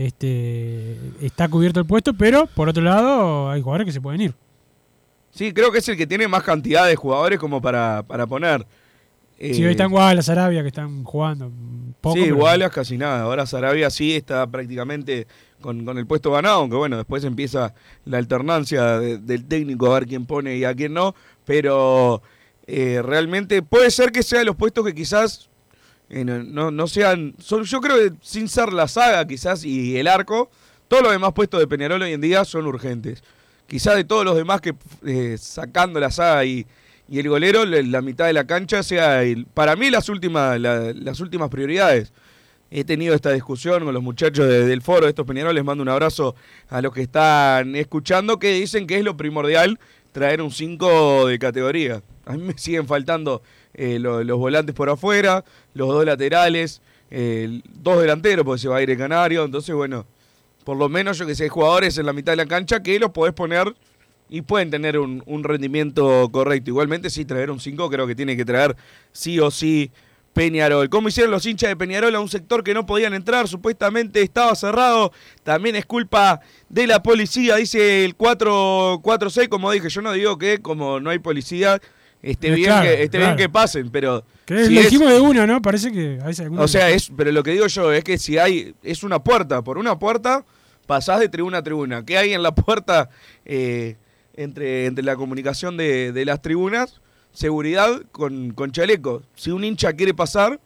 este, está cubierto el puesto, pero por otro lado hay jugadores que se pueden ir. Sí, creo que es el que tiene más cantidad de jugadores como para, para poner. Eh, sí, hoy están Wallace, Sarabia, que están jugando poco. Sí, pero... Wallace casi nada. Ahora Sarabia sí está prácticamente con, con el puesto ganado, aunque bueno, después empieza la alternancia de, del técnico a ver quién pone y a quién no. Pero eh, realmente puede ser que sean los puestos que quizás eh, no, no, no sean... Son, yo creo que sin ser la saga quizás y el arco, todos los demás puestos de Peñarol hoy en día son urgentes. Quizás de todos los demás que eh, sacando la saga y, y el golero, la mitad de la cancha sea, el, para mí, las últimas, la, las últimas prioridades. He tenido esta discusión con los muchachos de, del foro de estos Peñarol, les mando un abrazo a los que están escuchando, que dicen que es lo primordial traer un cinco de categoría. A mí me siguen faltando eh, lo, los volantes por afuera, los dos laterales, eh, dos delanteros, porque se va a ir el Canario, entonces bueno... Por lo menos, yo que sé, hay jugadores en la mitad de la cancha que los podés poner y pueden tener un, un rendimiento correcto. Igualmente, sí, traer un cinco creo que tiene que traer sí o sí Peñarol. ¿Cómo hicieron los hinchas de Peñarol a un sector que no podían entrar? Supuestamente estaba cerrado. También es culpa de la policía, dice el cuatro cuatro seis. Como dije, yo no digo que como no hay policía, esté, bien, claro, que, esté claro. bien que pasen, pero... Que si lo es, dijimos de una, ¿no? Parece que... Hay o sea, es, pero lo que digo yo es que si hay... Es una puerta, por una puerta... pasás de tribuna a tribuna. ¿Qué hay en la puerta eh, entre, entre la comunicación de, de las tribunas? Seguridad con, con chaleco. Si un hincha quiere pasar,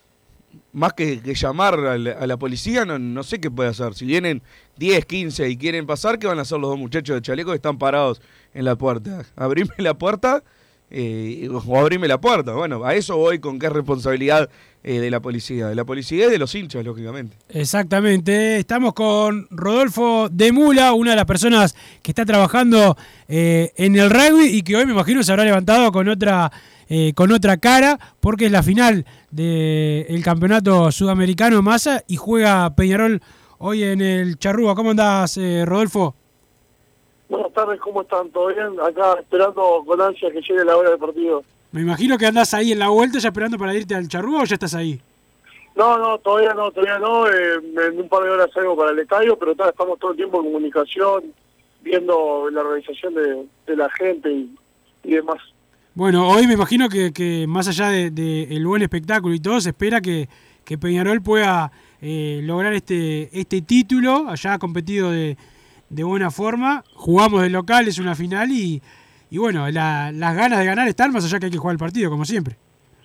más que, que llamar a la, a la policía, no, no sé qué puede hacer. Si vienen diez, quince y quieren pasar, ¿qué van a hacer los dos muchachos de chaleco que están parados en la puerta? Abrime la puerta eh, o abrime la puerta. Bueno, a eso voy con qué responsabilidad eh, de la policía. De la policía y de los hinchas, lógicamente. Exactamente. Estamos con Rodolfo de Mula, una de las personas que está trabajando eh, en el rugby y que hoy me imagino se habrá levantado con otra eh, con otra cara, porque es la final del campeonato sudamericano Massa y juega Peñarol hoy en el Charrúa. ¿Cómo andás, eh, Rodolfo? Buenas tardes, ¿cómo están? ¿Todo bien? Acá esperando con ansia que llegue la hora del partido. Me imagino que andás ahí en la vuelta ya esperando para irte al Charrúa, ¿o ya estás ahí? No, no, todavía no, todavía no. Eh, en un par de horas salgo para el estadio, pero tá, estamos todo el tiempo en comunicación, viendo la organización de, de la gente y, y demás. Bueno, hoy me imagino que, que más allá de, de el buen espectáculo y todo, se espera que, que Peñarol pueda eh, lograr este, este título. Allá ha competido de... de buena forma, jugamos de local, es una final y, y bueno, la, las ganas de ganar están, más allá que hay que jugar el partido, como siempre.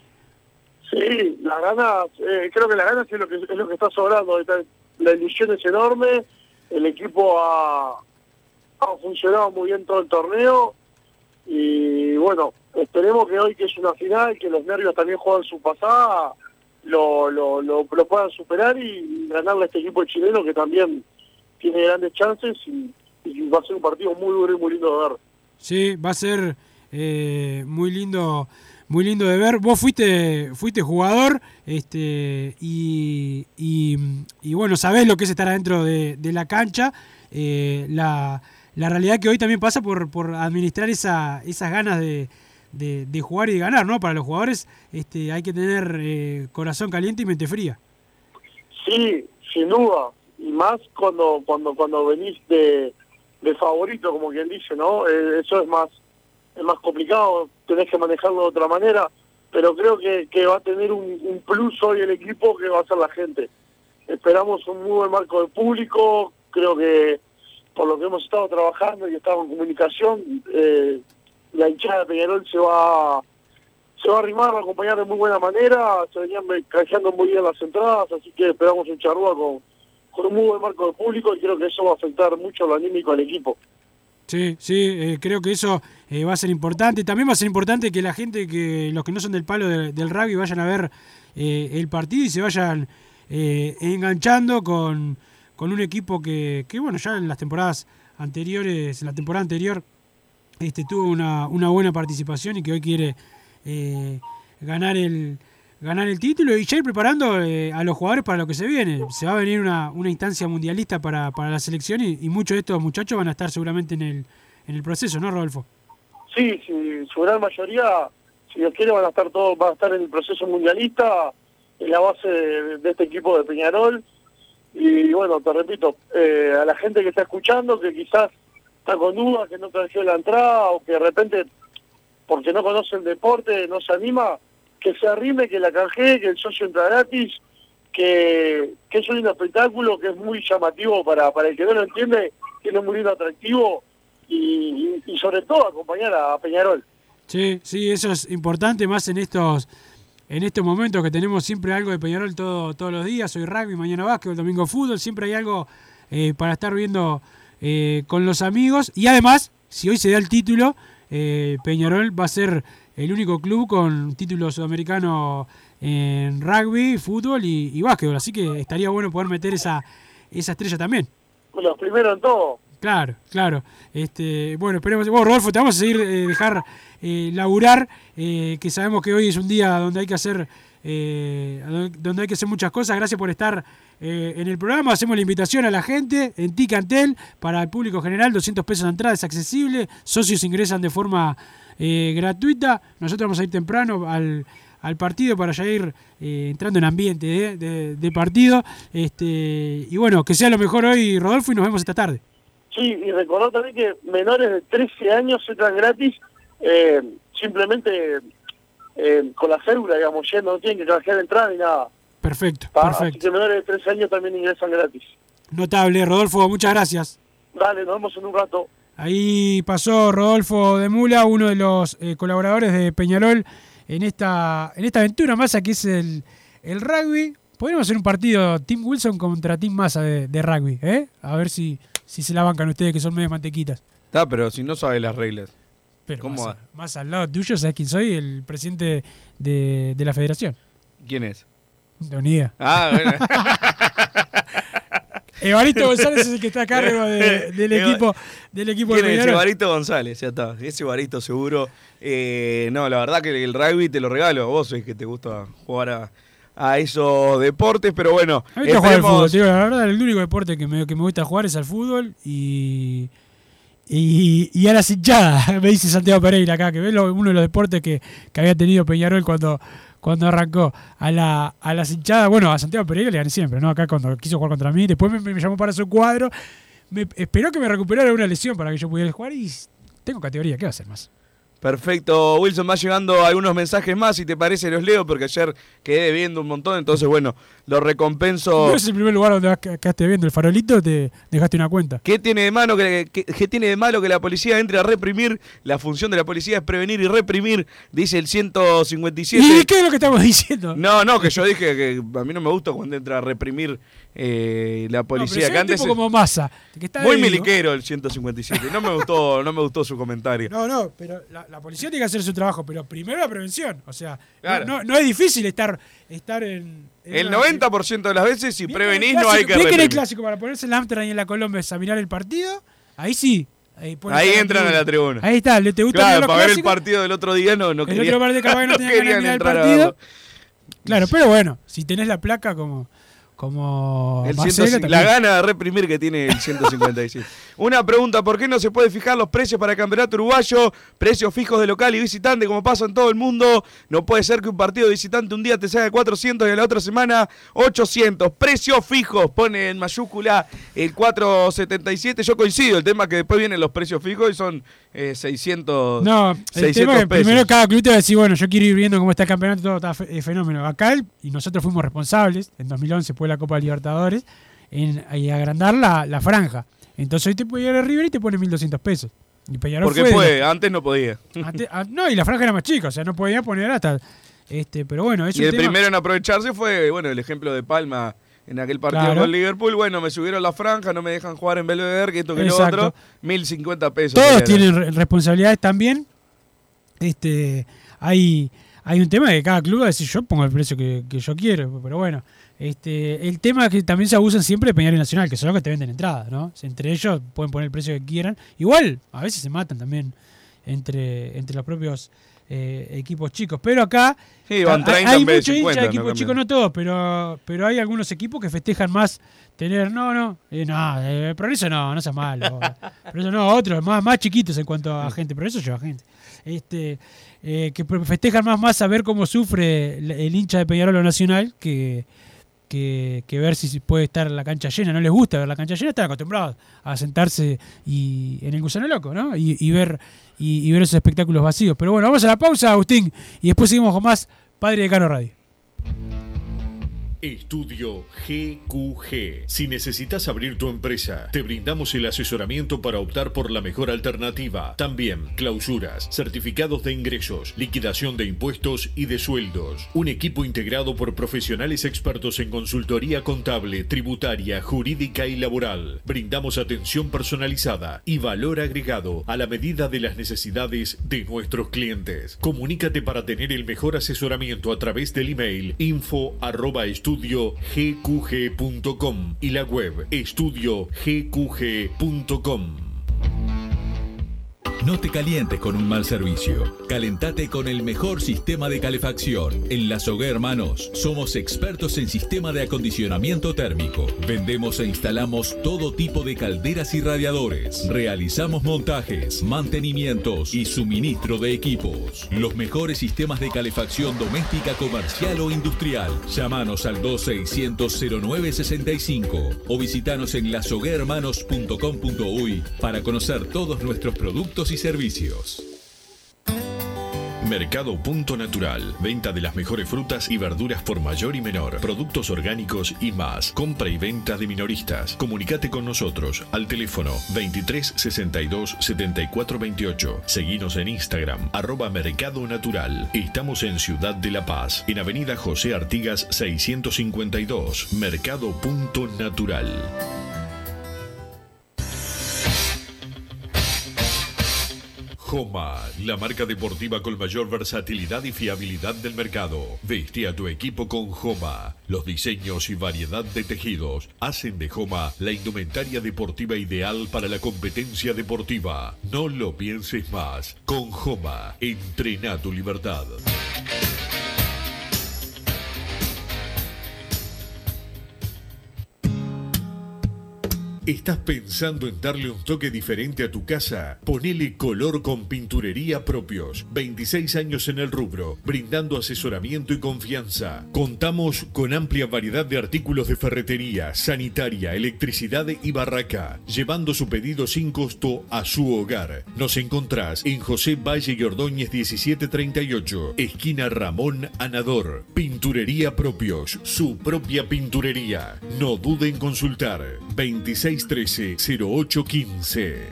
Sí, las ganas, eh, creo que las ganas es lo que, es lo que está sobrando, la ilusión es enorme, el equipo ha, ha funcionado muy bien todo el torneo y bueno, esperemos que hoy que es una final, que los nervios también juegan su pasada, lo, lo, lo, lo puedan superar y ganarle a este equipo chileno que también tiene grandes chances y, y va a ser un partido muy duro y muy lindo de ver. Sí, va a ser eh, muy lindo, muy lindo de ver. Vos fuiste, fuiste jugador, este, y, y, y bueno, sabés lo que es estar adentro de, de la cancha. Eh, la, la realidad que hoy también pasa por, por administrar esa, esas ganas de, de, de jugar y de ganar, ¿no? Para los jugadores, este, hay que tener eh, corazón caliente y mente fría. Sí, sin duda. Y más cuando cuando cuando venís de, de favorito, como quien dice, ¿no? Eh, eso es más es más complicado, tenés que manejarlo de otra manera, pero creo que, que va a tener un, un plus hoy el equipo que va a ser la gente. Esperamos un muy buen marco de público, creo que por lo que hemos estado trabajando y estado en comunicación, eh, la hinchada de Peñarol se va se va a arrimar, a acompañar de muy buena manera, se venían canjeando muy bien las entradas, así que esperamos un Charrúa con con un muy buen marco de público y creo que eso va a afectar mucho lo anímico al equipo. Sí, sí, eh, creo que eso eh, va a ser importante. También va a ser importante que la gente, que los que no son del palo de, del rugby, vayan a ver eh, el partido y se vayan eh, enganchando con, con un equipo que, que, bueno, ya en las temporadas anteriores, en la temporada anterior, este, tuvo una, una buena participación y que hoy quiere eh, ganar el ganar el título y ya ir preparando eh, a los jugadores para lo que se viene. Se va a venir una, una instancia mundialista para, para la selección y, y muchos de estos muchachos van a estar seguramente en el, en el proceso, ¿no, Rodolfo? Sí, sí, su gran mayoría, si Dios quiere, van a estar todos, van a estar en el proceso mundialista, en la base de, de este equipo de Peñarol. Y bueno, te repito, eh, a la gente que está escuchando, que quizás está con dudas, que no canjeó la entrada o que de repente, porque no conoce el deporte, no se anima, que se arrime, que la canjee, que el socio entra gratis, que, que es un lindo espectáculo, que es muy llamativo para, para el que no lo entiende, que es muy lindo, atractivo y, y, y sobre todo acompañar a Peñarol. Sí, sí, eso es importante, más en estos en estos momentos que tenemos siempre algo de Peñarol todo, todos los días. Hoy rugby, mañana básquetbol, domingo fútbol, siempre hay algo eh, para estar viendo eh, con los amigos. Y además, si hoy se da el título, eh, Peñarol va a ser el único club con título sudamericano en rugby, fútbol y, y básquetbol. Así que estaría bueno poder meter esa, esa estrella también. Los primeros en todo. Claro, claro. Este, bueno, esperemos. Vos, Rodolfo, te vamos a seguir, eh, dejar eh, laburar, eh, que sabemos que hoy es un día donde hay que hacer eh, donde hay que hacer muchas cosas. Gracias por estar eh, en el programa. Hacemos la invitación a la gente en Ticantel para el público general, doscientos pesos de entrada, es accesible. Socios ingresan de forma eh, gratuita. Nosotros vamos a ir temprano al, al partido para ya ir eh, entrando en ambiente de, de, de partido. Este, y bueno, que sea lo mejor hoy, Rodolfo, y nos vemos esta tarde. Sí, y recordar también que menores de trece años entran gratis, eh, simplemente eh, con la cédula, digamos, yendo, no tienen que canjear la entrada ni nada. Perfecto, Ah, perfecto. Así que menores de trece años también ingresan gratis. Notable, Rodolfo, muchas gracias. Dale, nos vemos en un rato. Ahí pasó Rodolfo de Mula, uno de los eh, colaboradores de Peñarol en esta en esta aventura masa que es el, el rugby. Podríamos hacer un partido Team Wilson contra Team Massa de, de rugby, ¿eh? A ver si, si se la bancan ustedes que son medias mantequitas. Está, pero si no sabe las reglas. Pero ¿Cómo más, va? más al lado tuyo, ¿sabes quién soy? El presidente de, de la federación. ¿Quién es? De Unida. Ah, bueno. Evaristo González es el que está a cargo de, del equipo del equipo de ¿Quién es? Peñarol. Evaristo González, ya está. Ese Evaristo seguro. Eh, no, la verdad que el rugby te lo regalo a vos, es que te gusta jugar a, a esos deportes, pero bueno. A mí me gusta jugar al esperemos- fútbol, te digo, la verdad, el único deporte que me, que me gusta jugar es al fútbol y, y, y a las hinchadas, me dice Santiago Pereira acá, que es lo- uno de los deportes que, que había tenido Peñarol cuando, cuando arrancó. A, la, a las hinchadas, bueno, a Santiago Pereira le gané siempre, ¿no? Acá cuando quiso jugar contra mí, después me, me llamó para su cuadro, me esperó que me recuperara una lesión para que yo pudiera jugar y tengo categoría, ¿qué va a hacer más? Perfecto, Wilson, va llegando algunos mensajes más, si te parece los leo, porque ayer quedé viendo un montón, entonces bueno, lo recompenso. No es el primer lugar donde vas- quedaste viendo el farolito, te dejaste una cuenta. ¿Qué tiene de malo que, que- qué tiene de malo que la policía entre a reprimir? La función de la policía es prevenir y reprimir, dice el ciento cincuenta y siete. ¿Y qué es lo que estamos diciendo? No, no, que yo dije que a mí no me gusta cuando entra a reprimir eh, la No, pero policía. soy que un antes tipo como Massa, que está muy de- miliquero el ciento cincuenta y siete. No me gustó, no me gustó su comentario. No, no, pero la, la policía tiene que hacer su trabajo, pero primero la prevención. O sea, Claro. no, no, no es difícil estar, estar en, en El una- noventa por ciento de las veces, si Bien que en el prevenís, no clásico- hay que bien que en el reprimir. clásico, para ponerse el Amsterdam ahí en la Colombia, examinar el partido, ahí sí. Ahí, ponen Ahí a la entran a la tribuna. Ahí está, ¿le te gusta Claro, mirar los para ver el clásicos? partido del otro día no, no El querían, otro partido capaz que no no tenían ganas de querían mirar el entrar a partido. verlo. Claro, pero bueno, si tenés la placa como, como El Marcelo, ciento- también. la gana de reprimir que tiene el ciento cincuenta y siete. Una pregunta, ¿por qué no se puede fijar los precios para el campeonato uruguayo? Precios fijos de local y visitante, como pasa en todo el mundo. No puede ser que un partido de visitante un día te salga cuatrocientos y a la otra semana ochocientos. Precios fijos, pone en mayúscula el cuatrocientos setenta y siete. Yo coincido, el tema es que después vienen los precios fijos y son eh, seiscientos, No, el seiscientos tema es que pesos. primero cada club te va a decir, bueno, yo quiero ir viendo cómo está el campeonato, todo está fe- eh, fenómeno. Acá, el- y nosotros fuimos responsables, en dos mil once fue la Copa Libertadores, en, en agrandar la, la franja. Entonces hoy te puede llegar a River y te pone mil doscientos pesos. Y Peñarol Porque fue de puede, los- antes no podía. antes- ah, no, y la franja era más chica, o sea, no podía poner hasta... este Pero bueno, es Y un el tema- primero en aprovecharse fue, bueno, el ejemplo de Palma en aquel partido Claro. con Liverpool. Bueno, me subieron la franja, no me dejan jugar en Belvedere, que esto que Exacto. lo otro. mil cincuenta pesos. Todos Era. tienen re- responsabilidades también. Este, hay, hay un tema de que cada club va a decir, yo pongo el precio que, que yo quiero, pero bueno. Este, el tema es que también se abusan siempre de Peñarol y Nacional, que son los que te venden entradas, ¿no? Entre ellos pueden poner el precio que quieran. Igual, a veces se matan también entre, entre los propios eh, equipos chicos. Pero acá sí, van treinta hay en vez muchos de cincuenta, hinchas de no equipos cambian. chicos, no todos, pero, pero hay algunos equipos que festejan más tener, no, no, eh, no, eh, Progreso no, no sea malo. Progreso no, otros más, más chiquitos en cuanto a gente, Progreso lleva gente. Este, eh, que festejan más más a ver cómo sufre el, el hincha de Peñarol o Nacional que, que, que ver si puede estar la cancha llena. No les gusta ver la cancha llena, están acostumbrados a sentarse y en el gusano loco, ¿no? Y, y ver y, y ver esos espectáculos vacíos. Pero bueno, vamos a la pausa, Agustín, y después seguimos con más Padre Decano Radio. Estudio G Q G. Si necesitas abrir tu empresa, te brindamos el asesoramiento para optar por la mejor alternativa. También clausuras, certificados de ingresos, liquidación de impuestos y de sueldos. Un equipo integrado por profesionales expertos en consultoría contable, tributaria, jurídica y laboral. Brindamos atención personalizada y valor agregado a la medida de las necesidades de nuestros clientes. Comunícate para tener el mejor asesoramiento a través del email info arroba estudio g q g punto com y la web estudio g q g punto com. No te calientes con un mal servicio. Calentate con el mejor sistema de calefacción. En La Sogué Hermanos somos expertos en sistema de acondicionamiento térmico. Vendemos e instalamos todo tipo de calderas y radiadores. Realizamos montajes, mantenimientos y suministro de equipos. Los mejores sistemas de calefacción doméstica, comercial o industrial. Llámanos al dos seiscientos cero nueve sesenta y cinco o visitanos en la sogué hermanos punto com punto uy para conocer todos nuestros productos y servicios. Mercado Punto Natural. Venta de las mejores frutas y verduras por mayor y menor. Productos orgánicos y más. Compra y venta de minoristas. Comunicate con nosotros al teléfono veintitrés sesenta y dos setenta y cuatro veintiocho. Seguinos en Instagram, arroba Mercado Natural. Estamos en Ciudad de La Paz, en Avenida José Artigas seiscientos cincuenta y dos. Mercado Punto Natural. Joma, la marca deportiva con mayor versatilidad y fiabilidad del mercado. Veste a tu equipo con Joma. Los diseños y variedad de tejidos hacen de Joma la indumentaria deportiva ideal para la competencia deportiva. No lo pienses más. Con Joma, entrena tu libertad. ¿Estás pensando en darle un toque diferente a tu casa? Ponele color con Pinturería Propios. veintiséis años en el rubro, brindando asesoramiento y confianza. Contamos con amplia variedad de artículos de ferretería, sanitaria, electricidad y barraca, llevando su pedido sin costo a su hogar. Nos encontrás en José Valle y Ordóñez diecisiete treinta y ocho, esquina Ramón Anador. Pinturería Propios, su propia pinturería. No dude en consultar. veintiséis trece cero ocho quince.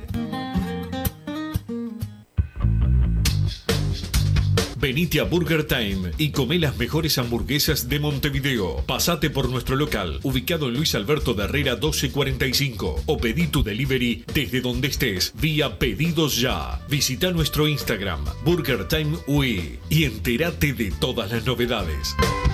Venite a Burger Time y come las mejores hamburguesas de Montevideo. Pasate por nuestro local, ubicado en Luis Alberto de Herrera doce cuarenta y cinco, o pedí tu delivery desde donde estés, vía Pedidos Ya. Visita nuestro Instagram, Burger Time U E, y entérate de todas las novedades.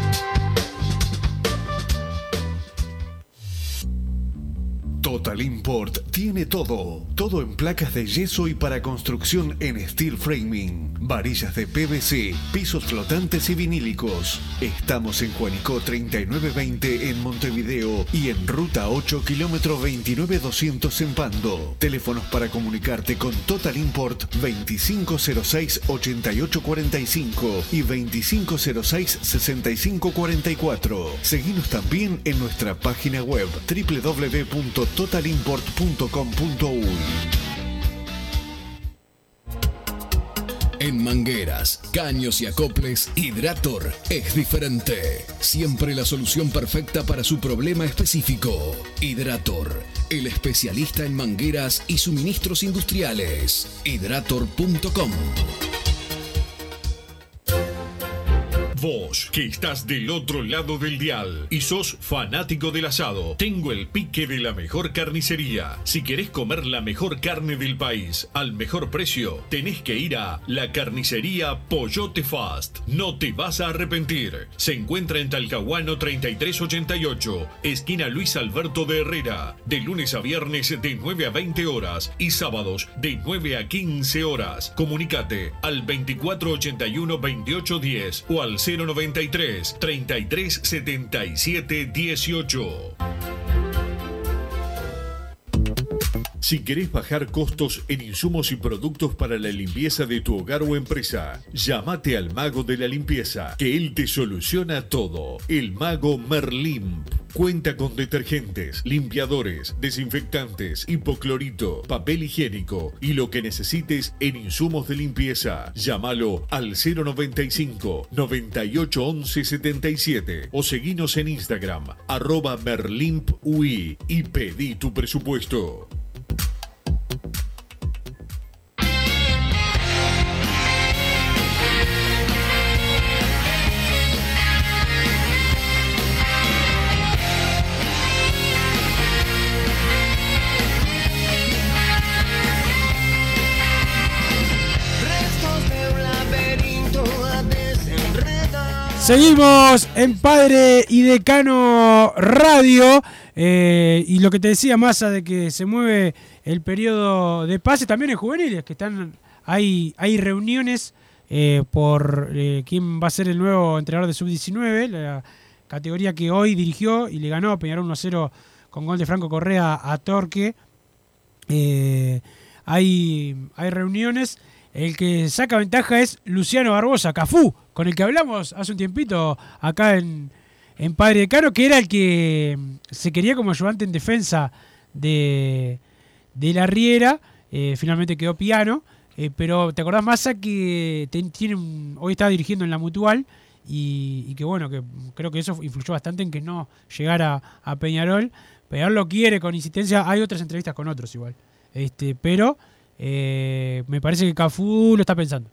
Total Import tiene todo. Todo en placas de yeso y para construcción en steel framing. Varillas de P V C, pisos flotantes y vinílicos. Estamos en Juanico treinta y nueve veinte en Montevideo y en Ruta ocho, kilómetro veintinueve doscientos en Pando. Teléfonos para comunicarte con Total Import veinticinco cero seis ochenta y ocho cuarenta y cinco y veinticinco cero seis sesenta y cinco cuarenta y cuatro. Seguinos también en nuestra página web doble u doble u doble u punto total import punto com punto uy. En mangueras, caños y acoples, Hidrator es diferente. Siempre la solución perfecta para su problema específico. Hidrator, el especialista en mangueras y suministros industriales. hidrator punto com. Vos, que estás del otro lado del dial y sos fanático del asado, tengo el pique de la mejor carnicería. Si querés comer la mejor carne del país al mejor precio, tenés que ir a la carnicería Pollote Fast. No te vas a arrepentir. Se encuentra en Talcahuano treinta y tres ochenta y ocho, esquina Luis Alberto de Herrera, de lunes a viernes de nueve a veinte horas y sábados de nueve a quince horas. Comunicate al veinticuatro ochenta y uno veintiocho diez o al cero noventa y tres treinta y tres setenta y siete dieciocho. Si querés bajar costos en insumos y productos para la limpieza de tu hogar o empresa, llámate al mago de la limpieza, que él te soluciona todo. El mago Merlimp. Cuenta con detergentes, limpiadores, desinfectantes, hipoclorito, papel higiénico y lo que necesites en insumos de limpieza. Llámalo al cero noventa y cinco noventa y ocho once setenta y siete o seguinos en Instagram, arroba merlimpui, y pedí tu presupuesto. Seguimos en Padre y Decano Radio, eh, y lo que te decía, Massa, de que se mueve el periodo de pase también en juveniles, que están hay, hay reuniones eh, por eh, quién va a ser el nuevo entrenador de sub diecinueve, la categoría que hoy dirigió y le ganó a Peñarol uno a cero con gol de Franco Correa a Torque. Eh, hay, hay reuniones. El que saca ventaja es Luciano Barbosa, Cafú, con el que hablamos hace un tiempito acá en, en Padre Decano, que era el que se quería como ayudante en defensa de, de la Riera. Eh, finalmente quedó Piano, eh, pero ¿te acordás, Massa, que te, tiene un, hoy estaba dirigiendo en la Mutual y, y que bueno, que creo que eso influyó bastante en que no llegara a Peñarol? Peñarol lo quiere con insistencia, hay otras entrevistas con otros igual, este, pero... Eh, me parece que Cafú lo está pensando.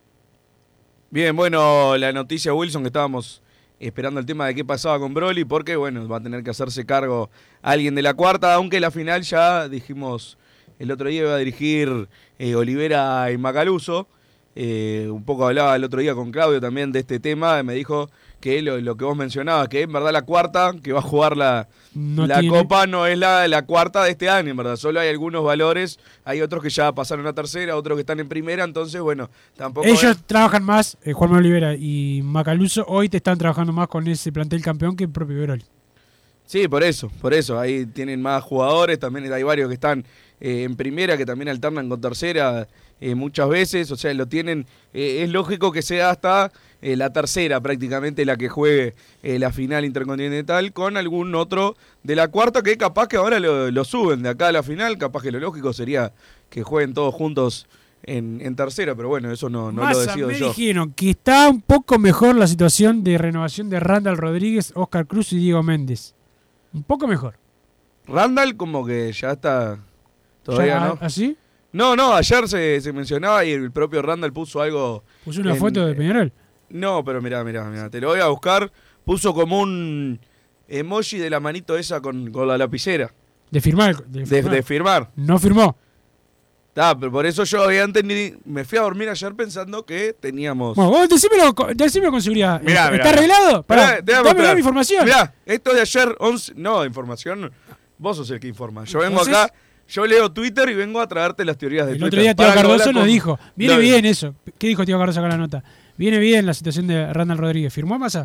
Bien, bueno, la noticia, Wilson, que estábamos esperando el tema de qué pasaba con Broly, porque bueno, va a tener que hacerse cargo alguien de la cuarta, aunque la final ya dijimos el otro día iba a dirigir eh, Olivera y Macaluso. Eh, un poco hablaba el otro día con Claudio también de este tema, me dijo que lo, lo que vos mencionabas, que en verdad la cuarta, que va a jugar la, no la Copa, no es la, la cuarta de este año, en verdad, solo hay algunos valores, hay otros que ya pasaron a tercera, otros que están en primera, entonces bueno, tampoco... Ellos es... trabajan más, eh, Juan Manuel Olivera y Macaluso, hoy te están trabajando más con ese plantel campeón que el propio Broly. Sí, por eso, por eso, ahí tienen más jugadores, también hay varios que están eh, en primera, que también alternan con tercera eh, muchas veces, o sea, lo tienen, eh, es lógico que sea hasta eh, la tercera prácticamente la que juegue eh, la final intercontinental con algún otro de la cuarta, que capaz que ahora lo, lo suben de acá a la final, capaz que lo lógico sería que jueguen todos juntos en, en tercera, pero bueno, eso no, no Massa, lo decido me yo. dijeron que está un poco mejor la situación de renovación de Randall Rodríguez, Oscar Cruz y Diego Méndez. Un poco mejor. Randall como que ya está... Todavía ¿Ya, no. ¿Así? No, no, ayer se, se mencionaba y el propio Randall puso algo... ¿Puso una en, foto de Peñarol? No, pero mirá, mirá, mirá, te lo voy a buscar. Puso como un emoji de la manito esa con, con la lapicera. De firmar. De firmar. De, de firmar. No firmó. Ah, pero por eso yo había entendido, me fui a dormir ayer pensando que teníamos... Bueno, vos decímelo, decímelo con seguridad. Mirá, ¿Está mirá, arreglado? Pará, mirá, dame la información. Mirá, esto de ayer, once... No, información... Vos sos el que informa. Yo vengo Entonces, acá, yo leo Twitter y vengo a traerte las teorías de el Twitter. otro día Tío Para Cardoso con... nos dijo, viene no, bien eso. ¿Qué dijo Tío Cardoso acá en la nota? Viene bien la situación de Randall Rodríguez. ¿Firmó Massa?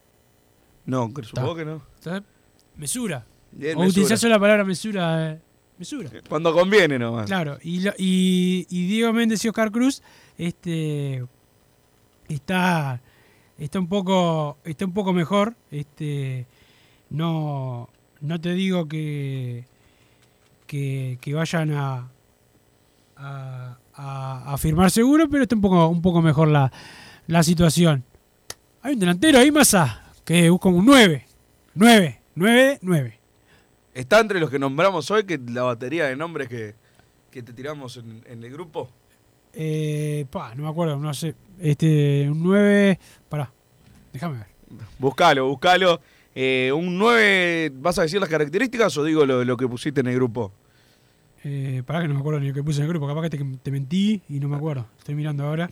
No, supongo que no. ¿Está? Mesura. Bien, o mesura. utilizás la palabra mesura... Eh. Mesura. Cuando conviene nomás. Claro, y, lo, y, y Diego Méndez y Oscar Cruz este, está, está, un poco, está un poco mejor. Este, no, no te digo que, que, que vayan a, a, a, a firmar seguro, pero está un poco, un poco mejor la, la situación. Hay un delantero ahí, Massa, que busca un nueve. nueve, nueve, nueve. ¿Está entre los que nombramos hoy, que la batería de nombres que, que te tiramos en, en el grupo? Eh, pa, no me acuerdo, no sé. Este, un nueve. Pará. Déjame ver. Buscalo, buscalo. Eh, un nueve, ¿vas a decir las características o digo lo, lo que pusiste en el grupo? Eh, pará que no me acuerdo ni lo que puse en el grupo. Capaz que te, te mentí y no me acuerdo. Estoy mirando ahora.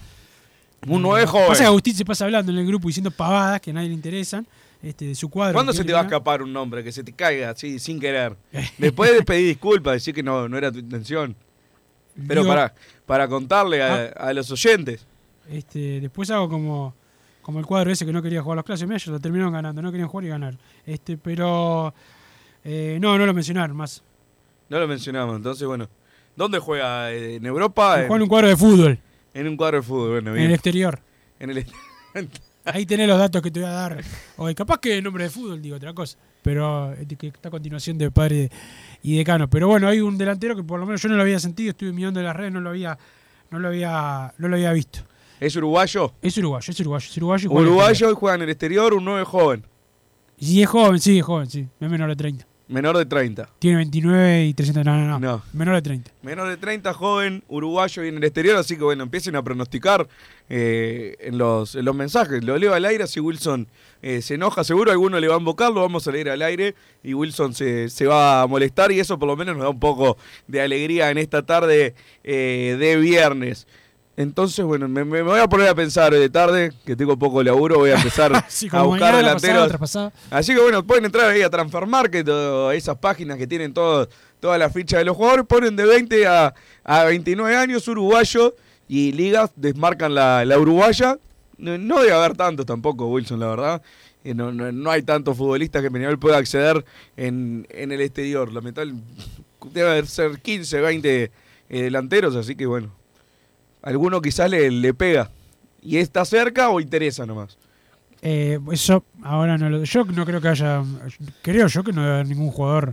Un nueve joven. Pasa que Agustín se pasa hablando en el grupo diciendo pavadas que a nadie le interesan. Este, de su cuadro. ¿Cuándo se te va a escapar un nombre? Que se te caiga así, sin querer. Después de pedir disculpas, decir que no, no era tu intención. Pero Digo, para, para contarle a, ah, a los oyentes. Este, después hago como, como el cuadro ese que no quería jugar los clásicos. Mira, ellos lo terminaron ganando. No querían jugar y ganar. Este, pero eh, no, no lo mencionaron más. No lo mencionamos, entonces bueno. ¿Dónde juega? ¿En Europa? Juega en un cuadro de fútbol. En un cuadro de fútbol, bueno, bien. En el exterior. En el Ahí tenés los datos que te voy a dar. O capaz que el nombre de fútbol, digo otra cosa. Pero que está a continuación de Padre y Decano. Pero bueno, hay un delantero que por lo menos yo no lo había sentido. Estuve mirando en las redes, no lo había, no lo había, no lo había visto. ¿Es uruguayo? Es uruguayo, es uruguayo. Es uruguayo, y juega uruguayo y juega en el exterior, un nueve joven. Y es joven, sí, es joven, sí. Es menor de treinta. Menor de treinta. Tiene veintinueve y trescientos. No, no, no, no. Menor de treinta. Menor de treinta, joven, uruguayo y en el exterior. Así que bueno, empiecen a pronosticar eh, en, los, en los mensajes. Lo leo al aire, así Wilson eh, se enoja. Seguro alguno le va a invocar, lo vamos a leer al aire. Y Wilson se, se va a molestar. Y eso por lo menos nos da un poco de alegría en esta tarde eh, de viernes. Entonces, bueno, me, me voy a poner a pensar de tarde, que tengo poco laburo, voy a empezar sí, a buscar mañana, delanteros. pasado, Así que bueno, pueden entrar ahí a Transfer Market, o esas páginas que tienen todo, toda la ficha de los jugadores, ponen de veinte a, a veintinueve años, uruguayo, y ligas desmarcan la, la uruguaya. No, no debe haber tantos tampoco, Wilson, la verdad. Eh, no, no, no hay tantos futbolistas que Peñarol pueda acceder en, en el exterior. Lamentablemente debe ser quince, veinte eh, delanteros, así que bueno. Alguno quizás le, le pega. ¿Y está cerca o interesa nomás? Eh, eso ahora no lo. Yo no creo que haya. Creo yo que no debe haber ningún jugador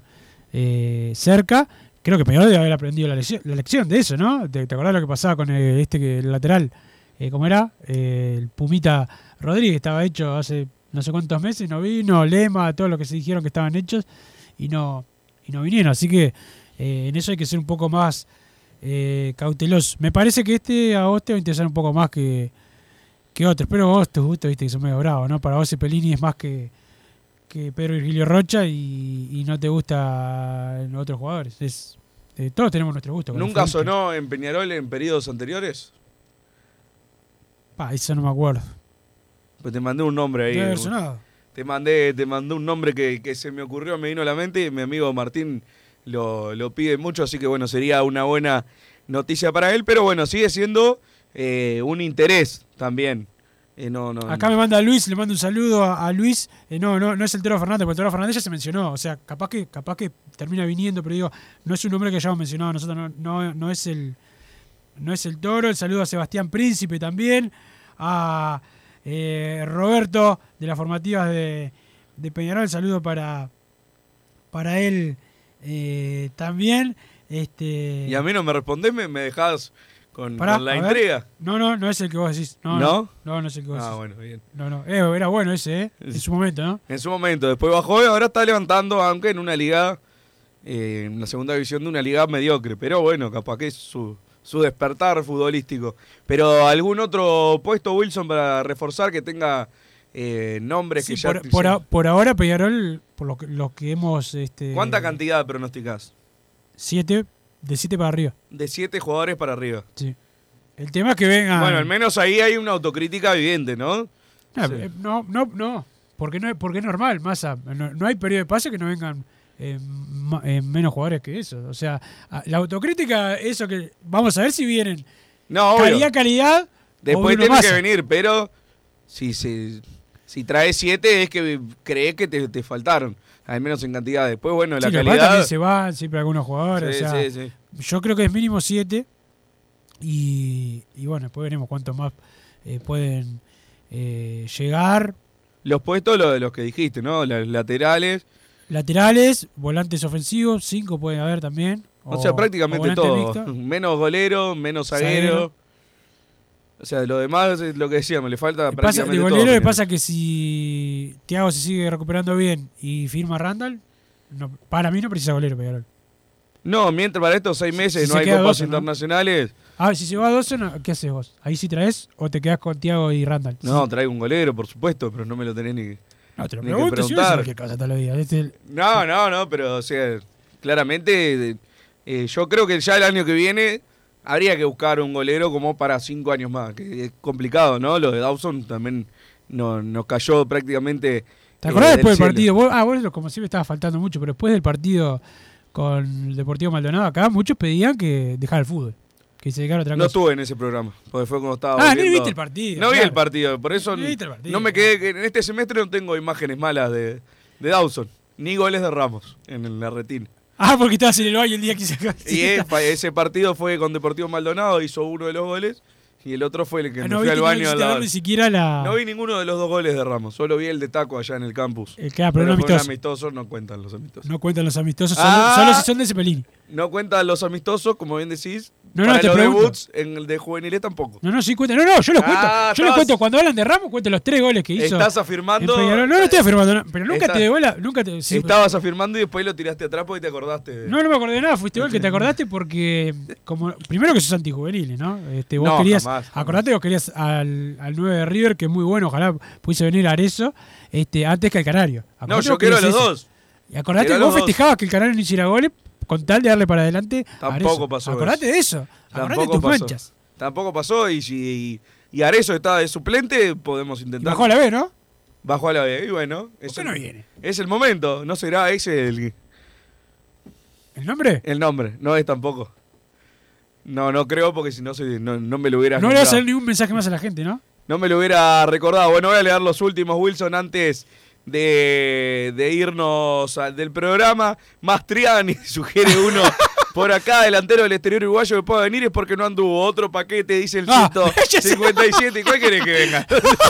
eh, cerca. Creo que Peñarol debe haber aprendido la lección, la lección de eso, ¿no? ¿Te, te acordás lo que pasaba con el, este que el lateral? Eh, ¿Cómo era? Eh, el Pumita Rodríguez estaba hecho hace no sé cuántos meses, no vino, Lema, todo lo que se dijeron que estaban hechos y no, y no vinieron. Así que eh, en eso hay que ser un poco más. Eh, cauteloso. Me parece que este a vos te va a interesar un poco más que, que otros, pero vos te gusta, viste que son medio bravos, ¿no? Para vos Cepelini es más que, que Pedro Virgilio Rocha y, y no te gusta otros jugadores. Es, eh, todos tenemos nuestro gusto. ¿Nunca sonó en Peñarol en periodos anteriores? Pa, eso no me acuerdo. Pues te mandé un nombre ahí. Debe haber sonado. Te mandé, te mandé un nombre que, que se me ocurrió, me vino a la mente y mi amigo Martín Lo, lo pide mucho, así que bueno, sería una buena noticia para él, pero bueno, sigue siendo eh, un interés también. Eh, no, no, Acá me manda Luis, le mando un saludo a, a Luis. Eh, no, no, no es el Toro Fernández, porque el Toro Fernández ya se mencionó, o sea, capaz que, capaz que termina viniendo, pero digo, no es un nombre que hayamos mencionado nosotros, no, no, no es el, no es el Toro. El saludo a Sebastián Príncipe también, a eh, Roberto de las formativas de, de Peñarol, el saludo para, para él. Eh, también este y a mí no me respondés, me, me dejás con, Pará, con la ver. intriga. No, no, no es el que vos decís. No, ¿No? No, no, no es el que vos ah, decís. bueno, bien. No, no, eh, era bueno ese, ¿eh? En su momento, ¿no? En su momento, después bajó y ahora está levantando, aunque en una liga, eh, en la segunda división de una liga mediocre, pero bueno, capaz que es su, su despertar futbolístico. Pero algún otro puesto, Wilson, para reforzar que tenga eh, nombres Sí, que ya... por, por, a, por ahora Peñarol, por lo que, lo que hemos... Este, ¿Cuánta cantidad pronosticás? Siete, de siete para arriba. De siete jugadores para arriba. Sí. El tema es que vengan... Bueno, al menos ahí hay una autocrítica evidente, ¿no? No, Sí. eh, no, no, no, porque no, porque es normal, Massa. No, no hay periodo de pase que no vengan eh, ma- eh, menos jugadores que eso. O sea, a- la autocrítica, eso que... Vamos a ver si vienen. No, obvio. Calidad, calidad. Después o tiene Massa. que venir, pero si se si traes siete es que crees que te, te faltaron, al menos en cantidad. Después, bueno, la Sí, lo que pasa calidad... también se van siempre algunos jugadores. Sí, o sea, sí, sí. Yo creo que es mínimo siete. Y, y bueno, después veremos cuántos más eh, pueden eh, llegar. Los puestos, lo de los que dijiste, ¿no? Los laterales. Laterales, volantes ofensivos, cinco pueden haber también. O, sea, prácticamente volante todo. mixto. Menos golero, menos zaguero. Zaguero. O sea, lo demás es lo que decíamos, le falta Pasa, prácticamente de todo. golero le Peñarol. pasa que si Thiago se sigue recuperando bien y firma Randall, no, para mí no precisa golero, Peñarol. No, mientras para estos seis meses Si no se hay queda copas doce, ¿no? internacionales, Ah, si se va a Dawson, ¿qué haces vos? ¿Ahí sí traes o te quedás con Thiago y Randall? No, sí. traigo un golero, por supuesto, pero no me lo tenés ni, no, te lo ni pregunto, que si preguntar. qué casa todos los días. Este el... No, no, no, pero o sea, claramente eh, yo creo que ya el año que viene habría que buscar un golero como para cinco años más, que es complicado, ¿no? Lo de Dawson también no, nos cayó prácticamente. ¿Te acordás eh, después del cielo. partido? Vos, ah, vos como siempre estaba faltando mucho, pero después del partido con el Deportivo Maldonado acá, muchos pedían que dejara el fútbol, que se dedicara a otra No cosa. estuve en ese programa, porque fue cuando estaba Ah, volviendo. no viste el partido. No claro. vi el partido, por eso No viste el partido, no me quedé, que en este semestre no tengo imágenes malas de, de Dawson, ni goles de Ramos en la retina. Ah, porque estabas en el baño el día que se Y ese, ese partido fue con Deportivo Maldonado, hizo uno de los goles, y el otro fue el que Ah, me no fui viste, al baño no al quisiste lado. ver ni siquiera la... No vi ninguno de los dos goles de Ramos, solo vi el de Taco allá en el campus. Eh, claro, pero no fue un amistoso. amistoso, no cuentan los amistosos. No cuentan los amistosos, Ah. solo, solo si son de Cepelini. No cuentan los amistosos, como bien decís. No, no, para te los pregunto. debuts, en el de juveniles tampoco. No, no, sí cuentan. No, no, yo los Ah, cuento. Yo les estabas- cuento. Cuando hablan de Ramos, cuento los tres goles que hizo. Estás afirmando. en Peñarol. No, no estoy afirmando, no, pero nunca Está- te devuela. Nunca te, sí, Estabas afirmando y después lo tiraste atrás porque te acordaste. De... No, no me acordé de nada. Fuiste vos el que te acordaste porque, como primero que sos antijuveniles, ¿no? Este, vos No, querías. jamás, jamás. Acordate que vos querías al, al nueve de River, que es muy bueno. Ojalá pudiese venir a Arezzo este, antes que al Canario. No, Acordate yo vos quiero a querías los ese. dos. Y acordate Quiero que a vos los dos. festejabas que el Canario no hiciera goles con tal de darle para adelante. a Tampoco Arezzo. pasó Acordate eso. de eso. Acordate de Tampoco tus pasó. manchas. Tampoco pasó y si y, y Arezzo está de suplente, podemos Y intentar. bajó a la B, ¿no? Bajó a la B. Y bueno, es qué el, no viene? es el momento. ¿No será ese el, ¿El nombre? el nombre? No es tampoco. No, no creo porque si no, se- no, no me lo hubiera No le vas a nombrado. dar ningún mensaje más a la gente, ¿no? No me lo hubiera recordado. Bueno, voy a leer los últimos, Wilson, antes de, de irnos al- del programa. Mastriani sugiere uno por acá, delantero del exterior uruguayo que pueda venir es porque no anduvo. Otro paquete, dice el Ah, ciento cincuenta y siete. ¿Cuál querés que venga?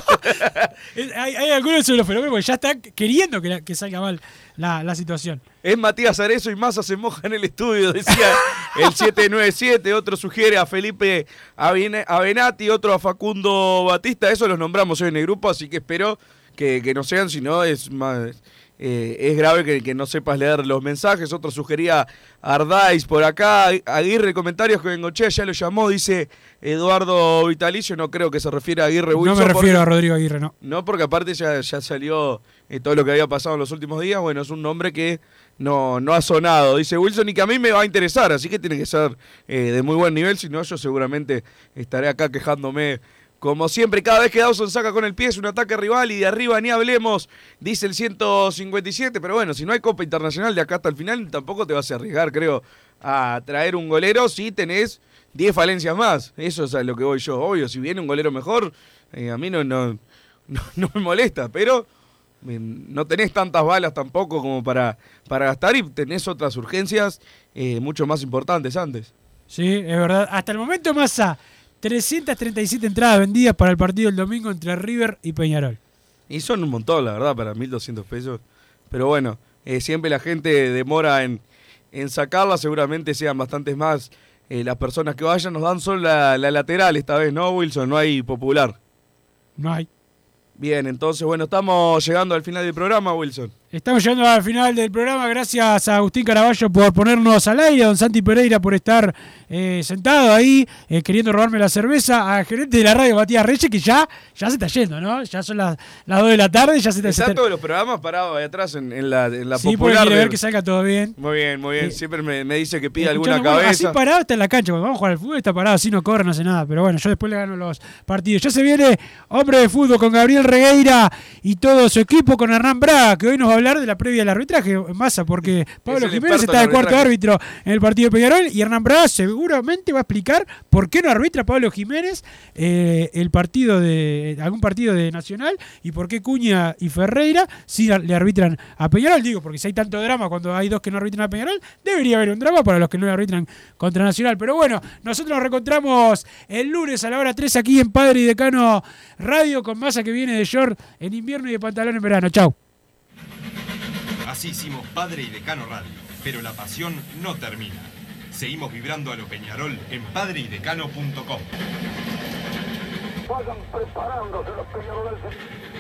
Eh, Hay, hay algunos de los fenómenos que ya están queriendo que, la- que salga mal la, la situación. Es Matías Arezzo y Massa se moja en el estudio, decía el siete nueve siete. Otro sugiere a Felipe Avine- Avenatti, otro a Facundo Batista. Eso los nombramos hoy en el grupo, así que espero que, que no sean, si no es más... Eh, es grave que, que no sepas leer los mensajes. Otro sugería a Ardáiz por acá. Aguirre, comentarios que Bengochea ya lo llamó, dice Eduardo Vitalicio. No creo que se refiera a Aguirre Wilson. No me refiero porque, a Rodrigo Aguirre, no. No, porque aparte ya, ya salió eh, todo lo que había pasado en los últimos días. Bueno, es un nombre que no, no ha sonado, dice Wilson, y que a mí me va a interesar. Así que tiene que ser eh, de muy buen nivel. Si no, yo seguramente estaré acá quejándome. Como siempre, cada vez que Dawson saca con el pie es un ataque rival y de arriba ni hablemos, dice el ciento cincuenta y siete. Pero bueno, si no hay Copa Internacional de acá hasta el final, tampoco te vas a arriesgar, creo, a traer un golero si tenés diez falencias más. Eso es a lo que voy yo. Obvio, si viene un golero mejor, eh, a mí no, no, no, no me molesta, pero eh, no tenés tantas balas tampoco como para, para gastar y tenés otras urgencias eh, mucho más importantes antes. Sí, es verdad. Hasta el momento, Massa, trescientas treinta y siete entradas vendidas para el partido del domingo entre River y Peñarol. Y son un montón, la verdad, para mil doscientos pesos. Pero bueno, eh, siempre la gente demora en, en sacarla, seguramente sean bastantes más eh, las personas que vayan. Nos dan solo la, la lateral esta vez, ¿no, Wilson? No hay popular. No hay. Bien, entonces, bueno, estamos llegando al final del programa, Wilson. Estamos llegando al final del programa. Gracias a Agustín Caraballo por ponernos al aire, a don Santi Pereira por estar eh, sentado ahí eh, queriendo robarme la cerveza, al gerente de la radio, Matías Reyes, que ya, ya se está yendo, ¿no? Ya son las, las dos de la tarde, ya se está, se Están está- todos los programas parados ahí atrás en, en la, en la Sí, porque popular. quiere de- ver que salga todo bien. Muy bien, muy bien. Eh, Siempre me, me dice que pide alguna Escuchando, bueno, cabeza. así parado está en la cancha. Cuando vamos a jugar al fútbol está parado, así no corre, no hace nada. Pero bueno, yo después le gano los partidos. Ya se viene Hombre de Fútbol con Gabriel Regueira y todo su equipo, con Hernán Braga, que hoy nos va a hablar de la previa del arbitraje en masa, porque Pablo el Jiménez experto está en de cuarto arbitraje. árbitro en el partido de Peñarol y Hernán Braga seguramente va a explicar por qué no arbitra Pablo Jiménez eh, el partido de algún partido de Nacional y por qué Cuña y Ferreira sí le arbitran a Peñarol. Digo, porque si hay tanto drama cuando hay dos que no arbitran a Peñarol, debería haber un drama para los que no le arbitran contra Nacional. Pero bueno, nosotros nos reencontramos el lunes a la hora tres aquí en Padre y Decano Radio con Massa que viene de short en invierno y de pantalón en verano. Chau. Así hicimos Padre y Decano Radio, pero la pasión no termina. Seguimos vibrando a lo Peñarol en padre y decano punto com. Vayan preparándose los peñaroles.